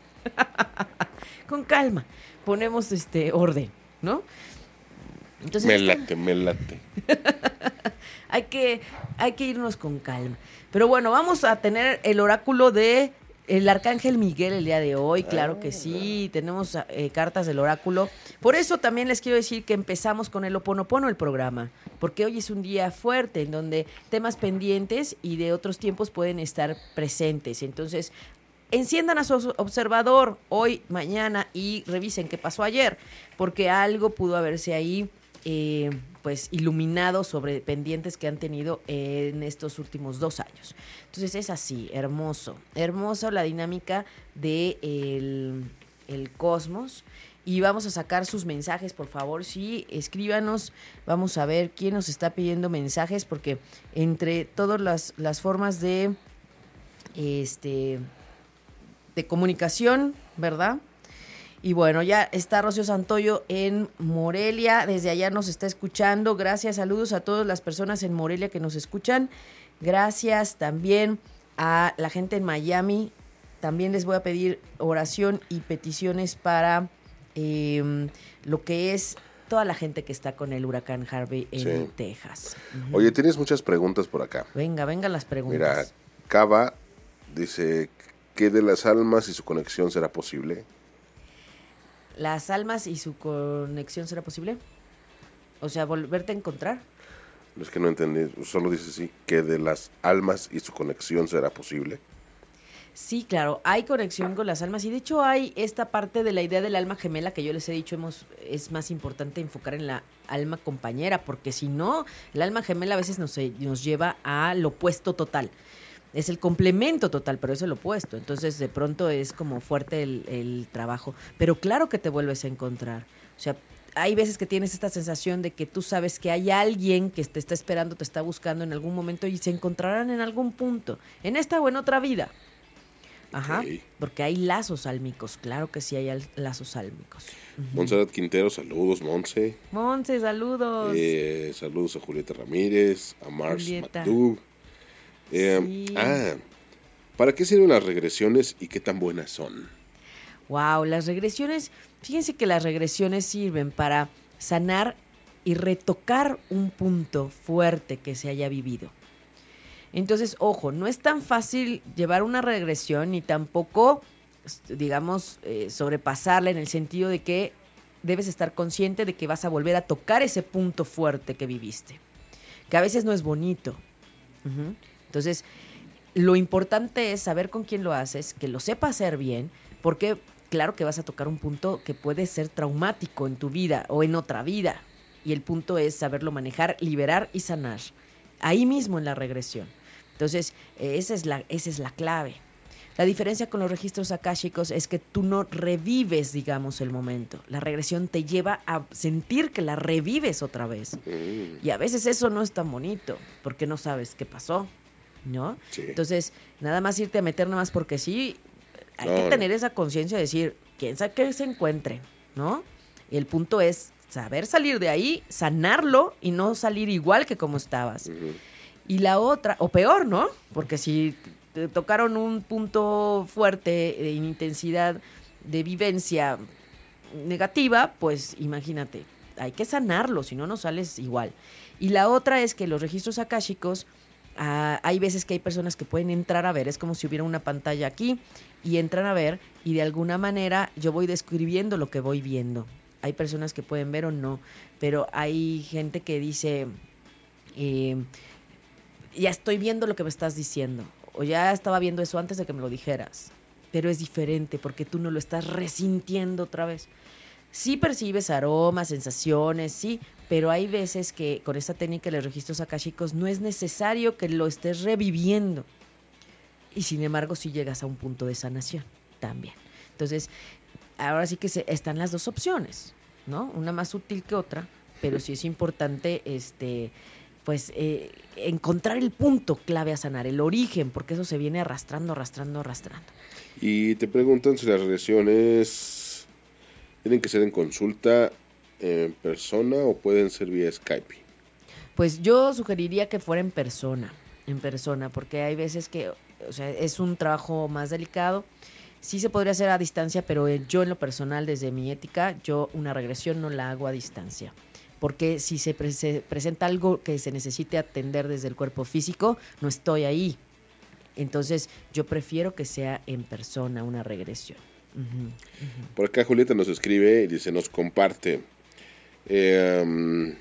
Con calma. Ponemos este orden, ¿no? Entonces, me este... late, me late. hay que, hay que irnos con calma. Pero bueno, vamos a tener el oráculo de el Arcángel Miguel el día de hoy, claro que sí, tenemos eh, cartas del oráculo. Por eso también les quiero decir que empezamos con el Ho'oponopono el programa, porque hoy es un día fuerte en donde temas pendientes y de otros tiempos pueden estar presentes. Entonces, enciendan a su observador hoy, mañana y revisen qué pasó ayer, porque algo pudo haberse ahí eh, pues iluminado sobre pendientes que han tenido en estos últimos dos años. Entonces es así, hermoso, hermoso la dinámica de el, el cosmos. Y vamos a sacar sus mensajes, por favor, sí, escríbanos, vamos a ver quién nos está pidiendo mensajes, porque entre todas las, las formas de este de comunicación, ¿verdad? Y bueno, ya está Rocío Santoyo en Morelia, desde allá nos está escuchando. Gracias, saludos a todas las personas en Morelia que nos escuchan. Gracias también a la gente en Miami. También les voy a pedir oración y peticiones para eh, lo que es toda la gente que está con el huracán Harvey en sí. Texas. Uh-huh. Oye, tienes muchas preguntas por acá. Venga, venga las preguntas. Mira, Cava dice, ¿qué de las almas y su conexión será posible? ¿Las almas y su conexión será posible? O sea, volverte a encontrar. Es que no entendí, solo dice así, ¿qué de las almas y su conexión será posible? Sí, claro, hay conexión con las almas y de hecho hay esta parte de la idea del alma gemela que yo les he dicho, hemos, es más importante enfocar en la alma compañera, porque si no, el alma gemela a veces nos, eh, nos lleva al opuesto total. Es el complemento total, pero es el opuesto. Entonces, de pronto es como fuerte el, el trabajo. Pero claro que te vuelves a encontrar. O sea, hay veces que tienes esta sensación de que tú sabes que hay alguien que te está esperando, te está buscando en algún momento y se encontrarán en algún punto, en esta o en otra vida. Ajá, Ok. porque hay lazos álmicos, claro que sí hay al- lazos álmicos. Montserrat Quintero, saludos, Monse. Monse, saludos. Eh, saludos a Julieta Ramírez, a Mars Julieta. Matú. Eh, Sí. Ah, ¿para qué sirven las regresiones y qué tan buenas son? Wow, las regresiones, fíjense que las regresiones sirven para sanar y retocar un punto fuerte que se haya vivido. Entonces, ojo, no es tan fácil llevar una regresión ni tampoco, digamos, eh, sobrepasarla en el sentido de que debes estar consciente de que vas a volver a tocar ese punto fuerte que viviste, que a veces no es bonito. Ujú. Entonces, lo importante es saber con quién lo haces, que lo sepa hacer bien, porque claro que vas a tocar un punto que puede ser traumático en tu vida o en otra vida. Y el punto es saberlo manejar, liberar y sanar. Ahí mismo en la regresión. Entonces, eh, esa es la, esa es la clave. La diferencia con los registros akáshicos es que tú no revives, digamos, el momento. La regresión te lleva a sentir que la revives otra vez. Mm, Y a veces eso no es tan bonito, porque no sabes qué pasó, ¿no? sí. Entonces, nada más irte a meter nada más porque sí, hay No, que no. tener esa conciencia de decir, quién sabe qué se encuentre, ¿no? Y el punto es saber salir de ahí, sanarlo y no salir igual que como estabas. Ujú. Y la otra, o peor, ¿no? Porque si te tocaron un punto fuerte en intensidad de vivencia negativa, pues imagínate, hay que sanarlo, si no, no sales igual. Y la otra es que los registros akáshicos, ah, hay veces que hay personas que pueden entrar a ver, es como si hubiera una pantalla aquí, y entran a ver, y de alguna manera yo voy describiendo lo que voy viendo. Hay personas que pueden ver o no, pero hay gente que dice, eh, ya estoy viendo lo que me estás diciendo, o ya estaba viendo eso antes de que me lo dijeras, pero es diferente porque tú no lo estás resintiendo otra vez. Sí percibes aromas, sensaciones, sí, pero hay veces que con esta técnica de los registros akáshicos no es necesario que lo estés reviviendo. Y sin embargo, sí llegas a un punto de sanación también. Entonces, ahora sí que se, están las dos opciones, ¿no? Una más útil que otra, pero sí es importante, este, pues, eh, encontrar el punto clave a sanar, el origen, porque eso se viene arrastrando, arrastrando, arrastrando. Y te preguntan si las regresiones tienen que ser en consulta en persona o pueden ser vía Skype. Pues yo sugeriría que fuera en persona, en persona, porque hay veces que, o sea, es un trabajo más delicado. Sí se podría hacer a distancia, pero eh, yo en lo personal, desde mi ética, yo una regresión no la hago a distancia. Porque si se, pre- se presenta algo que se necesite atender desde el cuerpo físico, no estoy ahí. Entonces, yo prefiero que sea en persona una regresión. Ujú. Por acá Julieta nos escribe y dice, nos comparte. Eh, um,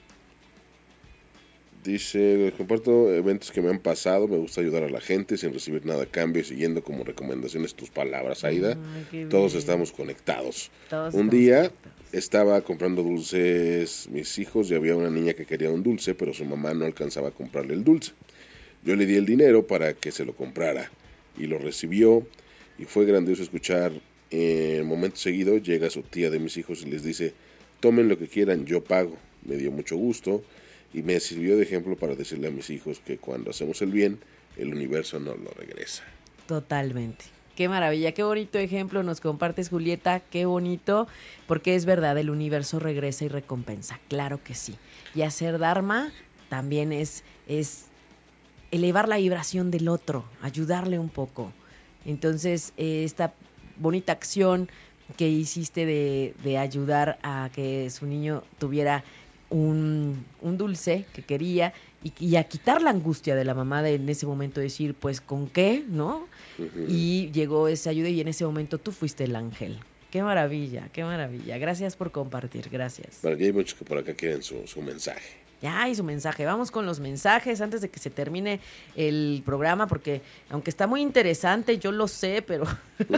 dice, les comparto eventos que me han pasado, me gusta ayudar a la gente sin recibir nada a cambio, siguiendo como recomendaciones tus palabras, Aida. Ay, qué Todos bien. estamos conectados. Todos Un estamos día conectados. estaba comprando dulces mis hijos y había una niña que quería un dulce, pero su mamá no alcanzaba a comprarle el dulce. Yo le di el dinero para que se lo comprara y lo recibió y fue grandioso escuchar. En el momento seguido llega su tía de mis hijos y les dice, tomen lo que quieran, yo pago. Me dio mucho gusto y me sirvió de ejemplo para decirle a mis hijos que cuando hacemos el bien, el universo nos lo regresa. Totalmente. Qué maravilla, qué bonito ejemplo nos compartes, Julieta, qué bonito, porque es verdad, el universo regresa y recompensa, claro que sí. Y hacer Dharma también es, es elevar la vibración del otro, ayudarle un poco. Entonces, eh, esta bonita acción que hiciste de, de ayudar a que su niño tuviera un, un dulce que quería y, y a quitar la angustia de la mamá de en ese momento decir, pues, ¿con qué? ¿No? Ujú. Y llegó esa ayuda y en ese momento tú fuiste el ángel. Qué qué maravilla, qué maravilla. Gracias por compartir, gracias. Porque hay muchos que por acá quieren su, su mensaje. Ya, y su mensaje. Vamos con los mensajes antes de que se termine el programa, porque aunque está muy interesante, yo lo sé, pero...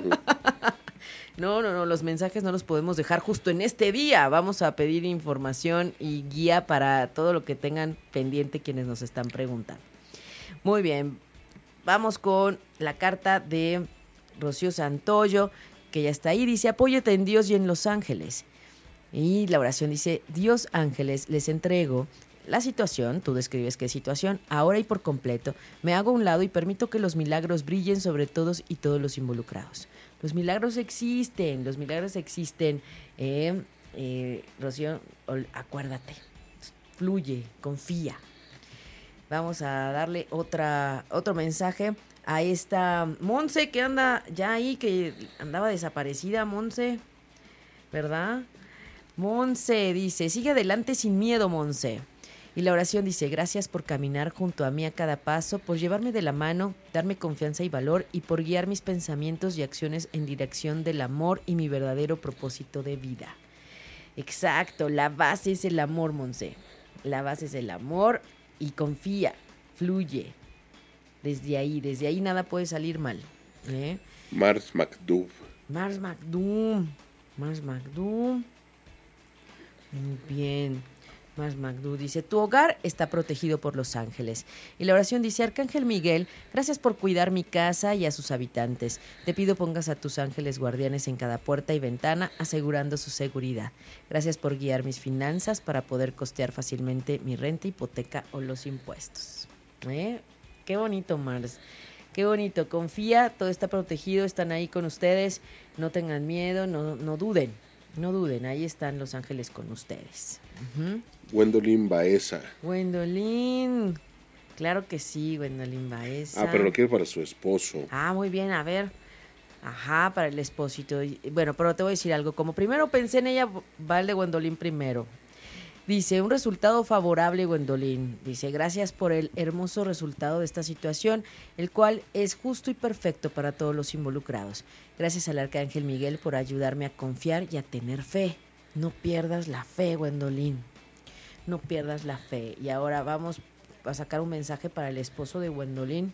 No, no, no, los mensajes no los podemos dejar justo en este día. Vamos a pedir información y guía para todo lo que tengan pendiente quienes nos están preguntando. Muy bien, vamos con la carta de Rocío Santoyo, que ya está ahí. Dice, apóyate en Dios y en los ángeles. Y la oración dice, Dios, ángeles, les entrego la situación, tú describes qué situación, ahora y por completo, me hago a un lado y permito que los milagros brillen sobre todos y todos los involucrados. Los milagros existen, los milagros existen. Eh, eh, Rocío, ol- acuérdate, fluye, confía. Vamos a darle otra, otro mensaje a esta Monse que anda ya ahí, que andaba desaparecida, Monse, ¿verdad? Monse dice, sigue adelante sin miedo, Monse. Y la oración dice, gracias por caminar junto a mí a cada paso, por llevarme de la mano, darme confianza y valor y por guiar mis pensamientos y acciones en dirección del amor y mi verdadero propósito de vida. Exacto, la base es el amor, Monse. La base es el amor y confía, fluye. Desde ahí, desde ahí nada puede salir mal. ¿eh? Mars McDuff. Mars McDoom, Mars McDoom. Muy bien. Mars McDoo dice, tu hogar está protegido por los ángeles. Y la oración dice, Arcángel Miguel, gracias por cuidar mi casa y a sus habitantes. Te pido pongas a tus ángeles guardianes en cada puerta y ventana, asegurando su seguridad. Gracias por guiar mis finanzas para poder costear fácilmente mi renta, hipoteca o los impuestos. ¿Eh? Qué bonito, Mars. Qué bonito. Confía, todo está protegido, están ahí con ustedes. No tengan miedo, no, no duden. No duden, ahí están los ángeles con ustedes. Uh-huh. Gwendolyn Baeza. Gwendolyn. Claro que sí, Gwendolyn Baeza. Ah, pero lo quiere para su esposo. Ah, muy bien, a ver. Ajá, para el esposito. Y- Bueno, pero te voy a decir algo. Como primero pensé en ella, va el de Gwendolyn primero. Dice, un resultado favorable, Gwendolyn. Dice, gracias por el hermoso resultado de esta situación, el cual es justo y perfecto para todos los involucrados. Gracias al Arcángel Miguel por ayudarme a confiar y a tener fe. No pierdas la fe, Gwendolyn. No pierdas la fe. Y ahora vamos a sacar un mensaje para el esposo de Gwendolyn.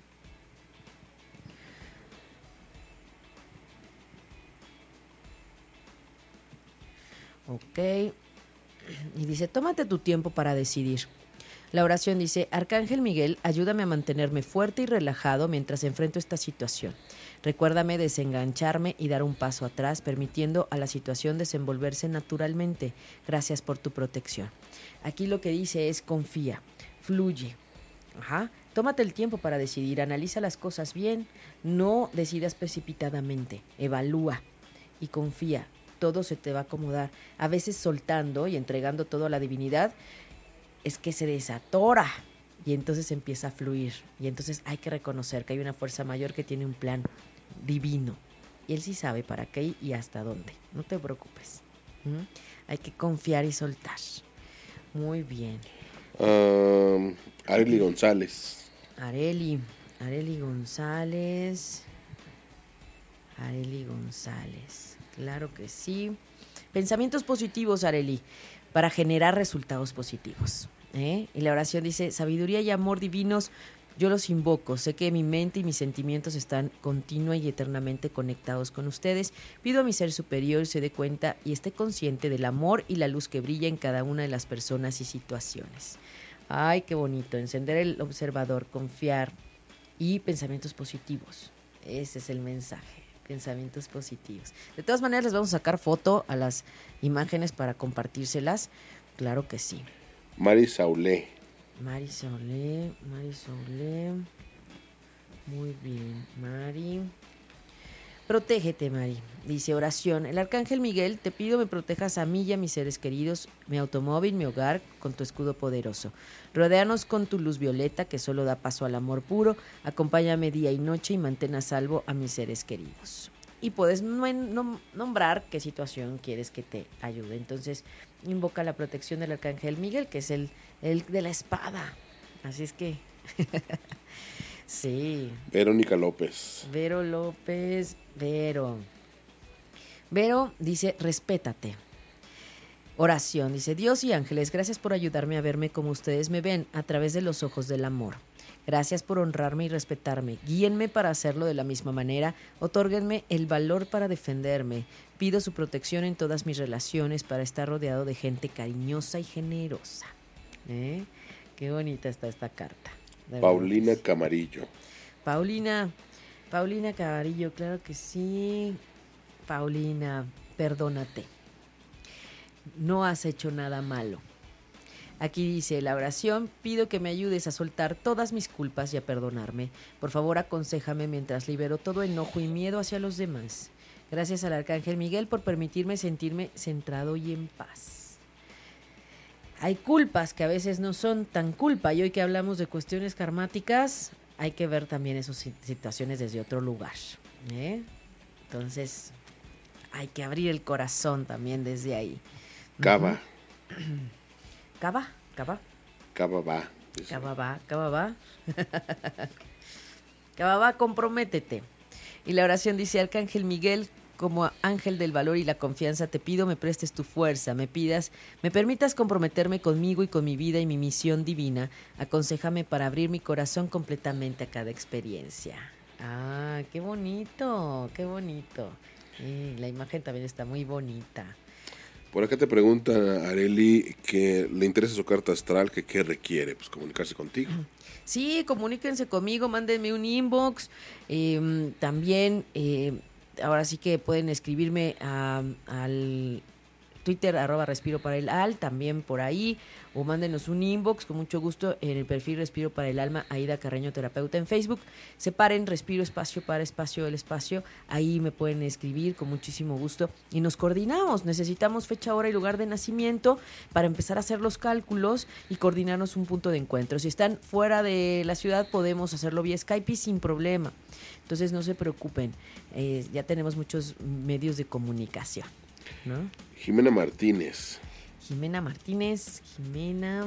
Ok. Y dice, tómate tu tiempo para decidir. La oración dice, Arcángel Miguel, ayúdame a mantenerme fuerte y relajado mientras enfrento esta situación. Recuérdame desengancharme y dar un paso atrás, permitiendo a la situación desenvolverse naturalmente. Gracias por tu protección. Aquí lo que dice es confía, fluye. Ajá. Tómate el tiempo para decidir, analiza las cosas bien, no decidas precipitadamente, evalúa y confía. Todo se te va a acomodar. A veces soltando y entregando todo a la divinidad es que se desatora y entonces empieza a fluir. Y entonces hay que reconocer que hay una fuerza mayor que tiene un plan divino. Y él sí sabe para qué y hasta dónde. No te preocupes. ¿Mm? Hay que confiar y soltar. Muy bien. Um, Arely González. Areli, Areli González. Areli González. Claro que sí. Pensamientos positivos, Areli, para generar resultados positivos. ¿eh? Y la oración dice, sabiduría y amor divinos, yo los invoco. Sé que mi mente y mis sentimientos están continua y eternamente conectados con ustedes. Pido a mi ser superior se dé cuenta y esté consciente del amor y la luz que brilla en cada una de las personas y situaciones. Ay, qué bonito. Encender el observador, confiar y pensamientos positivos. Ese es el mensaje. Pensamientos positivos. De todas maneras, les vamos a sacar foto a las imágenes para compartírselas. Claro que sí. Mari Saulé. Mari Saulé, Mari Saulé. Muy bien, Mari. Protégete, Mari. Dice oración. El Arcángel Miguel, te pido me protejas a mí y a mis seres queridos, mi automóvil, mi hogar, con tu escudo poderoso. Rodéanos con tu luz violeta que solo da paso al amor puro. Acompáñame día y noche y mantén a salvo a mis seres queridos. Y puedes nom- nombrar qué situación quieres que te ayude. Entonces, invoca la protección del Arcángel Miguel, que es el, el de la espada. Así es que... sí. Verónica López. Vero López, Vero. Vero dice, respétate. Oración, dice, Dios y ángeles, gracias por ayudarme a verme como ustedes me ven, a través de los ojos del amor. Gracias por honrarme y respetarme. Guíenme para hacerlo de la misma manera. Otórguenme el valor para defenderme. Pido su protección en todas mis relaciones para estar rodeado de gente cariñosa y generosa. ¿Eh? Qué bonita está esta carta. De Paulina verdad. Camarillo. Paulina, Paulina Camarillo, claro que sí. Paulina, perdónate. No has hecho nada malo. Aquí dice la oración, pido que me ayudes a soltar todas mis culpas y a perdonarme. Por favor, aconséjame mientras libero todo enojo y miedo hacia los demás. Gracias al Arcángel Miguel por permitirme sentirme centrado y en paz. Hay culpas que a veces no son tan culpa, y hoy que hablamos de cuestiones karmáticas, hay que ver también esas situaciones desde otro lugar, ¿eh? Entonces, hay que abrir el corazón también desde ahí. Cava. Cava, cava, Cava va. dice. cava va, cava va. Cava va, comprométete. Y la oración dice, Arcángel Miguel, como ángel del valor y la confianza, te pido me prestes tu fuerza, me pidas, me permitas comprometerme conmigo y con mi vida y mi misión divina. Aconséjame para abrir mi corazón completamente a cada experiencia. Ah, qué bonito, qué bonito. Sí, la imagen también está muy bonita. Por acá te pregunta Areli que le interesa su carta astral, que qué requiere, pues comunicarse contigo. Sí, comuníquense conmigo, mándenme un inbox. Eh, también, eh, ahora sí que pueden escribirme a- al Twitter, arroba Respiro para el Al, también por ahí, o mándenos un inbox con mucho gusto en el perfil Respiro para el Alma, Aida Carreño Terapeuta en Facebook. Separen Respiro espacio para espacio el espacio, ahí me pueden escribir con muchísimo gusto y nos coordinamos. Necesitamos fecha, hora y lugar de nacimiento para empezar a hacer los cálculos y coordinarnos un punto de encuentro. Si están fuera de la ciudad, podemos hacerlo vía Skype y sin problema. Entonces no se preocupen, eh, ya tenemos muchos medios de comunicación, ¿no? Jimena Martínez. Jimena Martínez, Jimena,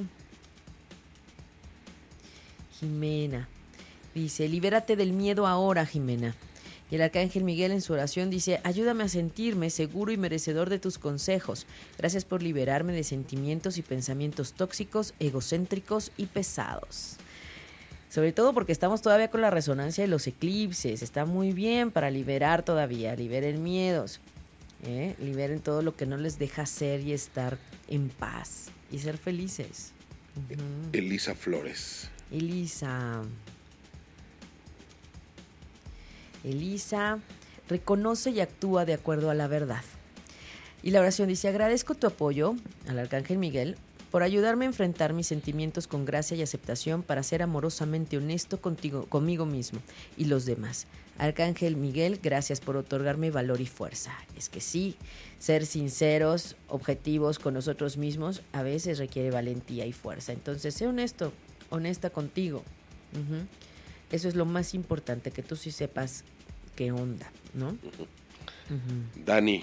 Jimena, dice, libérate del miedo ahora, Jimena. Y el Arcángel Miguel en su oración dice, ayúdame a sentirme seguro y merecedor de tus consejos. Gracias por liberarme de sentimientos y pensamientos tóxicos, egocéntricos y pesados. Sobre todo porque estamos todavía con la resonancia de los eclipses. Está muy bien para liberar todavía, liberen miedos. ¿Eh? Liberen todo lo que no les deja ser y estar en paz y ser felices. Ujú. Elisa Flores. Elisa. Elisa reconoce y actúa de acuerdo a la verdad. Y la oración dice, agradezco tu apoyo al Arcángel Miguel por ayudarme a enfrentar mis sentimientos con gracia y aceptación para ser amorosamente honesto contigo, conmigo mismo y los demás. Arcángel Miguel, gracias por otorgarme valor y fuerza. Es que sí, ser sinceros, objetivos con nosotros mismos, a veces requiere valentía y fuerza. Entonces, sé honesto, honesta contigo. Ujú. Eso es lo más importante, que tú sí sepas qué onda, ¿no? Ujú. Dani.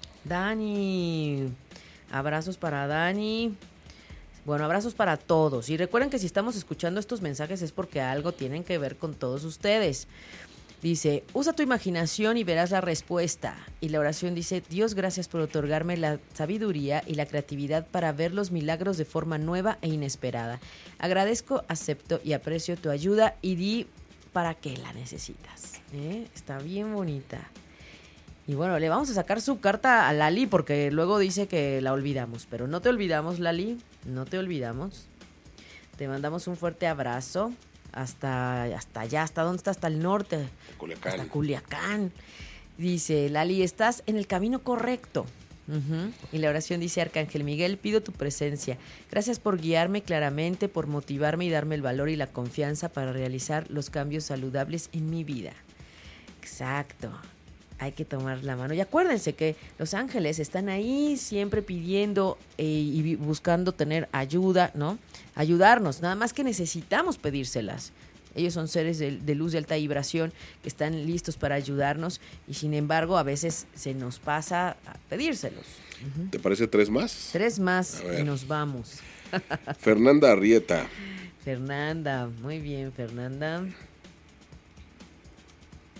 Dani, abrazos para Dani. Bueno, abrazos para todos. Y recuerden que si estamos escuchando estos mensajes es porque algo tienen que ver con todos ustedes. Dice, usa tu imaginación y verás la respuesta. Y la oración dice, Dios, gracias por otorgarme la sabiduría y la creatividad para ver los milagros de forma nueva e inesperada. Agradezco, acepto y aprecio tu ayuda y di para qué la necesitas. ¿Eh? Está bien bonita. Y bueno, le vamos a sacar su carta a Lali porque luego dice que la olvidamos. Pero no te olvidamos, Lali, no te olvidamos. Te mandamos un fuerte abrazo. Hasta, hasta allá, ¿hasta dónde está? Hasta el norte. Culiacán. Hasta Culiacán. Dice, Lali, estás en el camino correcto. Ujú. Y la oración dice, Arcángel Miguel, pido tu presencia. Gracias por guiarme claramente, por motivarme y darme el valor y la confianza para realizar los cambios saludables en mi vida. Exacto. Hay que tomar la mano. Y acuérdense que los ángeles están ahí siempre pidiendo eh, y buscando tener ayuda, ¿no? Ayudarnos, nada más que necesitamos pedírselas. Ellos son seres de, de luz de alta vibración que están listos para ayudarnos y sin embargo a veces se nos pasa a pedírselos. Ujú. ¿Te parece tres más? Tres más A ver. y nos vamos. Fernanda Arrieta. Fernanda, muy bien, Fernanda.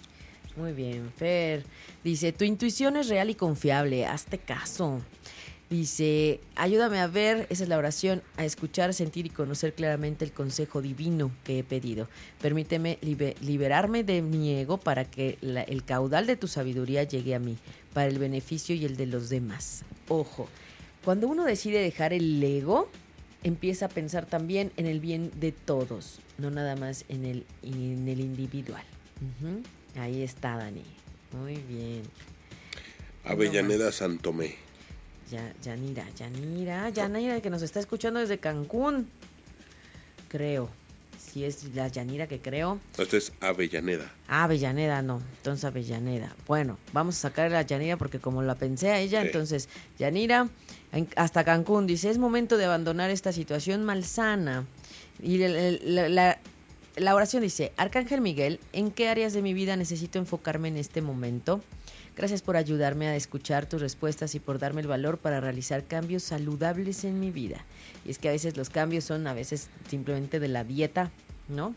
Muy bien, Fer. Dice, tu intuición es real y confiable, hazte caso. Dice, ayúdame a ver, esa es la oración, a escuchar, sentir y conocer claramente el consejo divino que he pedido. Permíteme libe- liberarme de mi ego para que la- el caudal de tu sabiduría llegue a mí, para el beneficio y el de los demás. Ojo, cuando uno decide dejar el ego, empieza a pensar también en el bien de todos, no nada más en el, en el individual. Ujú. Ahí está, Dani. Muy bien. Avellaneda Santomé. Ya, Yanira, Yanira, Yanira que nos está escuchando desde Cancún. Creo. Si es la Yanira que creo. Esto es Avellaneda. Ah, Avellaneda, no. Entonces Avellaneda. Bueno, vamos a sacar a la Yanira porque como la pensé a ella, Sí. entonces Yanira en- hasta Cancún dice, es momento de abandonar esta situación malsana. Y la, la- la- la oración dice, Arcángel Miguel, ¿en qué áreas de mi vida necesito enfocarme en este momento? Gracias por ayudarme a escuchar tus respuestas y por darme el valor para realizar cambios saludables en mi vida. Y es que a veces los cambios son a veces simplemente de la dieta, ¿no?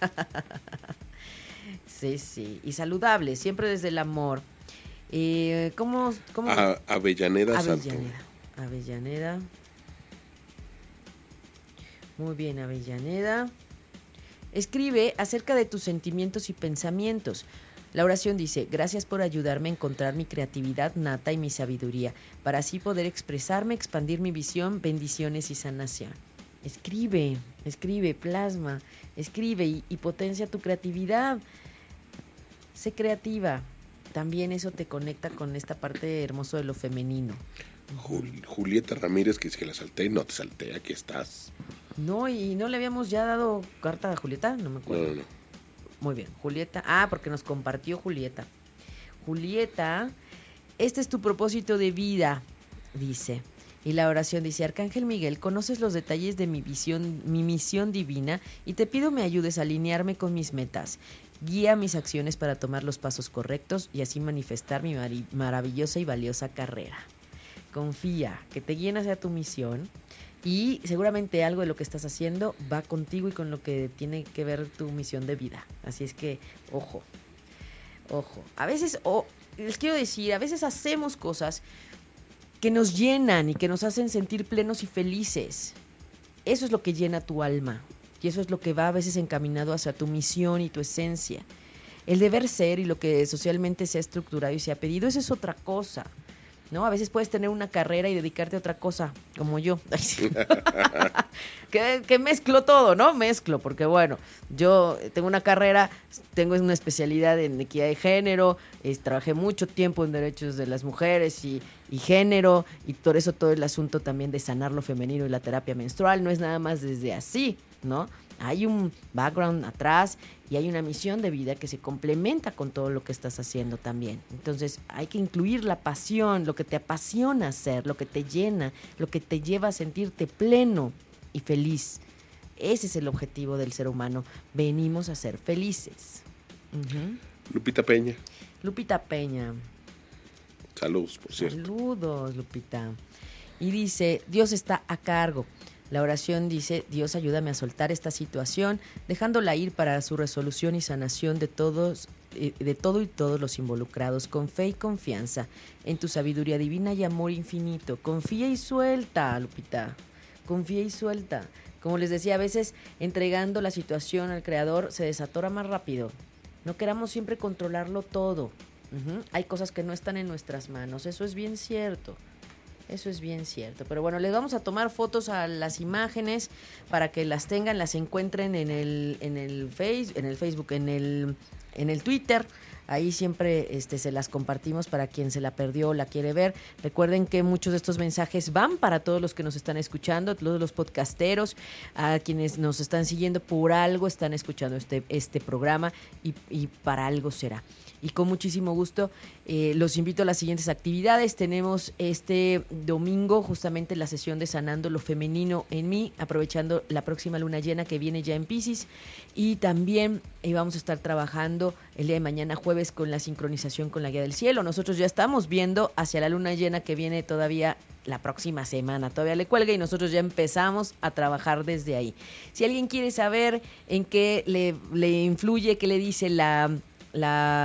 Sí, sí. Y saludables, siempre desde el amor. Eh, ¿Cómo? cómo? A- Avellaneda Santomé. Avellaneda. Avellaneda. Muy bien, Avellaneda. Escribe acerca de tus sentimientos y pensamientos. La oración dice, gracias por ayudarme a encontrar mi creatividad nata y mi sabiduría, para así poder expresarme, expandir mi visión, bendiciones y sanación. Escribe, escribe, plasma, escribe y, y potencia tu creatividad. Sé creativa. También eso te conecta con esta parte hermosa de lo femenino. Jul- Julieta Ramírez, que dice que la salté. No te salté, aquí estás. No, y no le habíamos ya dado carta a Julieta, no me No, acuerdo. no, no. Muy bien, Julieta. Ah, porque nos compartió Julieta. Julieta, este es tu propósito de vida, dice. Y la oración dice, Arcángel Miguel, conoces los detalles de mi visión, mi misión divina y te pido me ayudes a alinearme con mis metas. Guía mis acciones para tomar los pasos correctos y así manifestar mi mari- maravillosa y valiosa carrera. Confía, que te guíen hacia tu misión y seguramente algo de lo que estás haciendo va contigo y con lo que tiene que ver tu misión de vida. Así es que, ojo, ojo. A veces, o les quiero decir, a veces hacemos cosas que nos llenan y que nos hacen sentir plenos y felices. Eso es lo que llena tu alma y eso es lo que va a veces encaminado hacia tu misión y tu esencia. El deber ser y lo que socialmente se ha estructurado y se ha pedido, eso es otra cosa. ¿No? A veces puedes tener una carrera y dedicarte a otra cosa, como yo. Ay, sí. que, que mezclo todo, ¿no? Mezclo, porque bueno, yo tengo una carrera, tengo una especialidad en equidad de género, eh, trabajé mucho tiempo en derechos de las mujeres y, y género, y por eso todo el asunto también de sanar lo femenino y la terapia menstrual no es nada más desde así, ¿no? Hay un background atrás y hay una misión de vida que se complementa con todo lo que estás haciendo también. Entonces hay que incluir la pasión, lo que te apasiona hacer, lo que te llena, lo que te lleva a sentirte pleno y feliz. Ese es el objetivo del ser humano. Venimos a ser felices. Ujú. Lupita Peña. Lupita Peña. Saludos, por cierto. Saludos, Lupita. Y dice, Dios está a cargo. La oración dice, Dios ayúdame a soltar esta situación, dejándola ir para su resolución y sanación de todos, eh, de todo y todos los involucrados, con fe y confianza en tu sabiduría divina y amor infinito. Confía y suelta, Lupita. Confía y suelta. Como les decía, a veces entregando la situación al Creador se desatora más rápido. No queramos siempre controlarlo todo. Ujú. Hay cosas que no están en nuestras manos. Eso es bien cierto. Eso es bien cierto. Pero bueno, les vamos a tomar fotos a las imágenes para que las tengan, las encuentren en el, en el face, en el Facebook, en el, en el Twitter. Ahí siempre este, se las compartimos para quien se la perdió o la quiere ver. Recuerden que muchos de estos mensajes van para todos los que nos están escuchando, todos los podcasteros, a quienes nos están siguiendo por algo, están escuchando este, este programa y, y para algo será. Y con muchísimo gusto eh, los invito a las siguientes actividades. Tenemos este domingo justamente la sesión de Sanando lo Femenino en mí, aprovechando la próxima luna llena que viene ya en Piscis. Y también eh, vamos a estar trabajando el día de mañana jueves con la sincronización con la Guía del Cielo. Nosotros ya estamos viendo hacia la luna llena que viene todavía la próxima semana. Todavía le cuelga y nosotros ya empezamos a trabajar desde ahí. Si alguien quiere saber en qué le, le influye, qué le dice la... la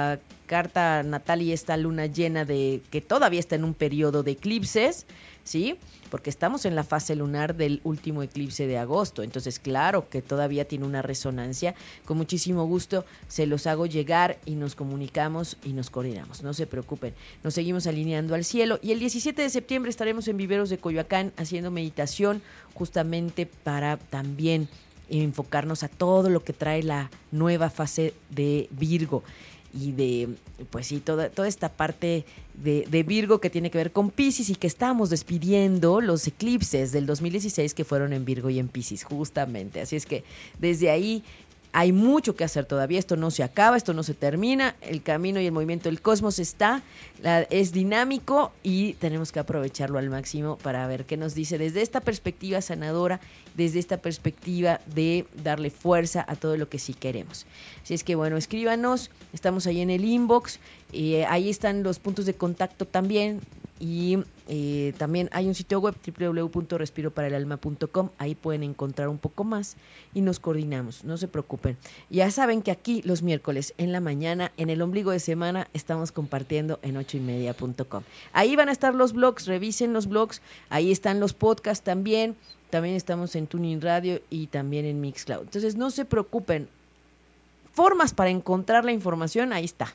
carta natal y esta luna llena de que todavía está en un periodo de eclipses, ¿sí? Porque estamos en la fase lunar del último eclipse de agosto. Entonces, claro que todavía tiene una resonancia. Con muchísimo gusto se los hago llegar y nos comunicamos y nos coordinamos. No se preocupen. Nos seguimos alineando al cielo. Y el diecisiete de septiembre estaremos en Viveros de Coyoacán haciendo meditación justamente para también enfocarnos a todo lo que trae la nueva fase de Virgo. Y de, pues sí, toda, toda esta parte de, de Virgo que tiene que ver con Piscis y que estamos despidiendo los eclipses del dos mil dieciséis que fueron en Virgo y en Piscis, justamente. Así es que desde ahí hay mucho que hacer todavía. Esto no se acaba, esto no se termina. El camino y el movimiento del cosmos está, la, es dinámico y tenemos que aprovecharlo al máximo para ver qué nos dice desde esta perspectiva sanadora, desde esta perspectiva de darle fuerza a todo lo que sí queremos. Así es que bueno, escríbanos, estamos ahí en el inbox, eh, ahí están los puntos de contacto también. Y eh, también hay un sitio web doble u doble u doble u punto respiro para el alma punto com. Ahí pueden encontrar un poco más y nos coordinamos, no se preocupen. Ya saben que aquí los miércoles en la mañana, en el ombligo de semana, estamos compartiendo en ocho y media punto com. Ahí van a estar los blogs, revisen los blogs, ahí están los podcasts también. También estamos en Tuning Radio y también en Mixcloud. Entonces no se preocupen. Formas para encontrar la información, ahí está.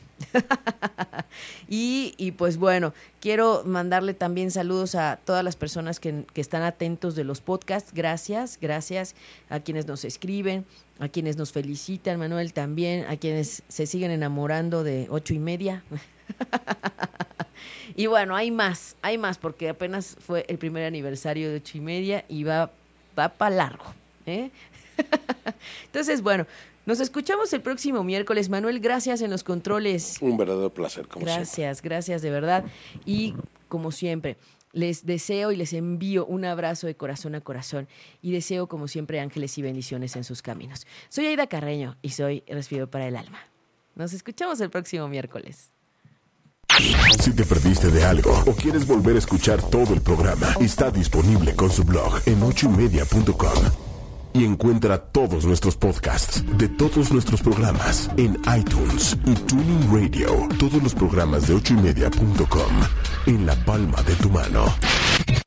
y, y pues bueno, quiero mandarle también saludos a todas las personas que, que están atentos de los podcasts. Gracias, gracias a quienes nos escriben, a quienes nos felicitan, Manuel también, a quienes se siguen enamorando de ocho y media. Y bueno, hay más, hay más, porque apenas fue el primer aniversario de ocho y media y va, va para largo, ¿eh? Entonces, bueno, nos escuchamos el próximo miércoles. Manuel, gracias en los controles. Un verdadero placer, como gracias, siempre. Gracias, gracias de verdad. Y como siempre, les deseo y les envío un abrazo de corazón a corazón y deseo, como siempre, ángeles y bendiciones en sus caminos. Soy Aida Carreño y soy Respiro para el Alma. Nos escuchamos el próximo miércoles. Si te perdiste de algo o quieres volver a escuchar todo el programa, está disponible con su blog en ocho y media punto com. Y encuentra todos nuestros podcasts de todos nuestros programas en iTunes y Tuning Radio. Todos los programas de ocho y media punto com en la palma de tu mano.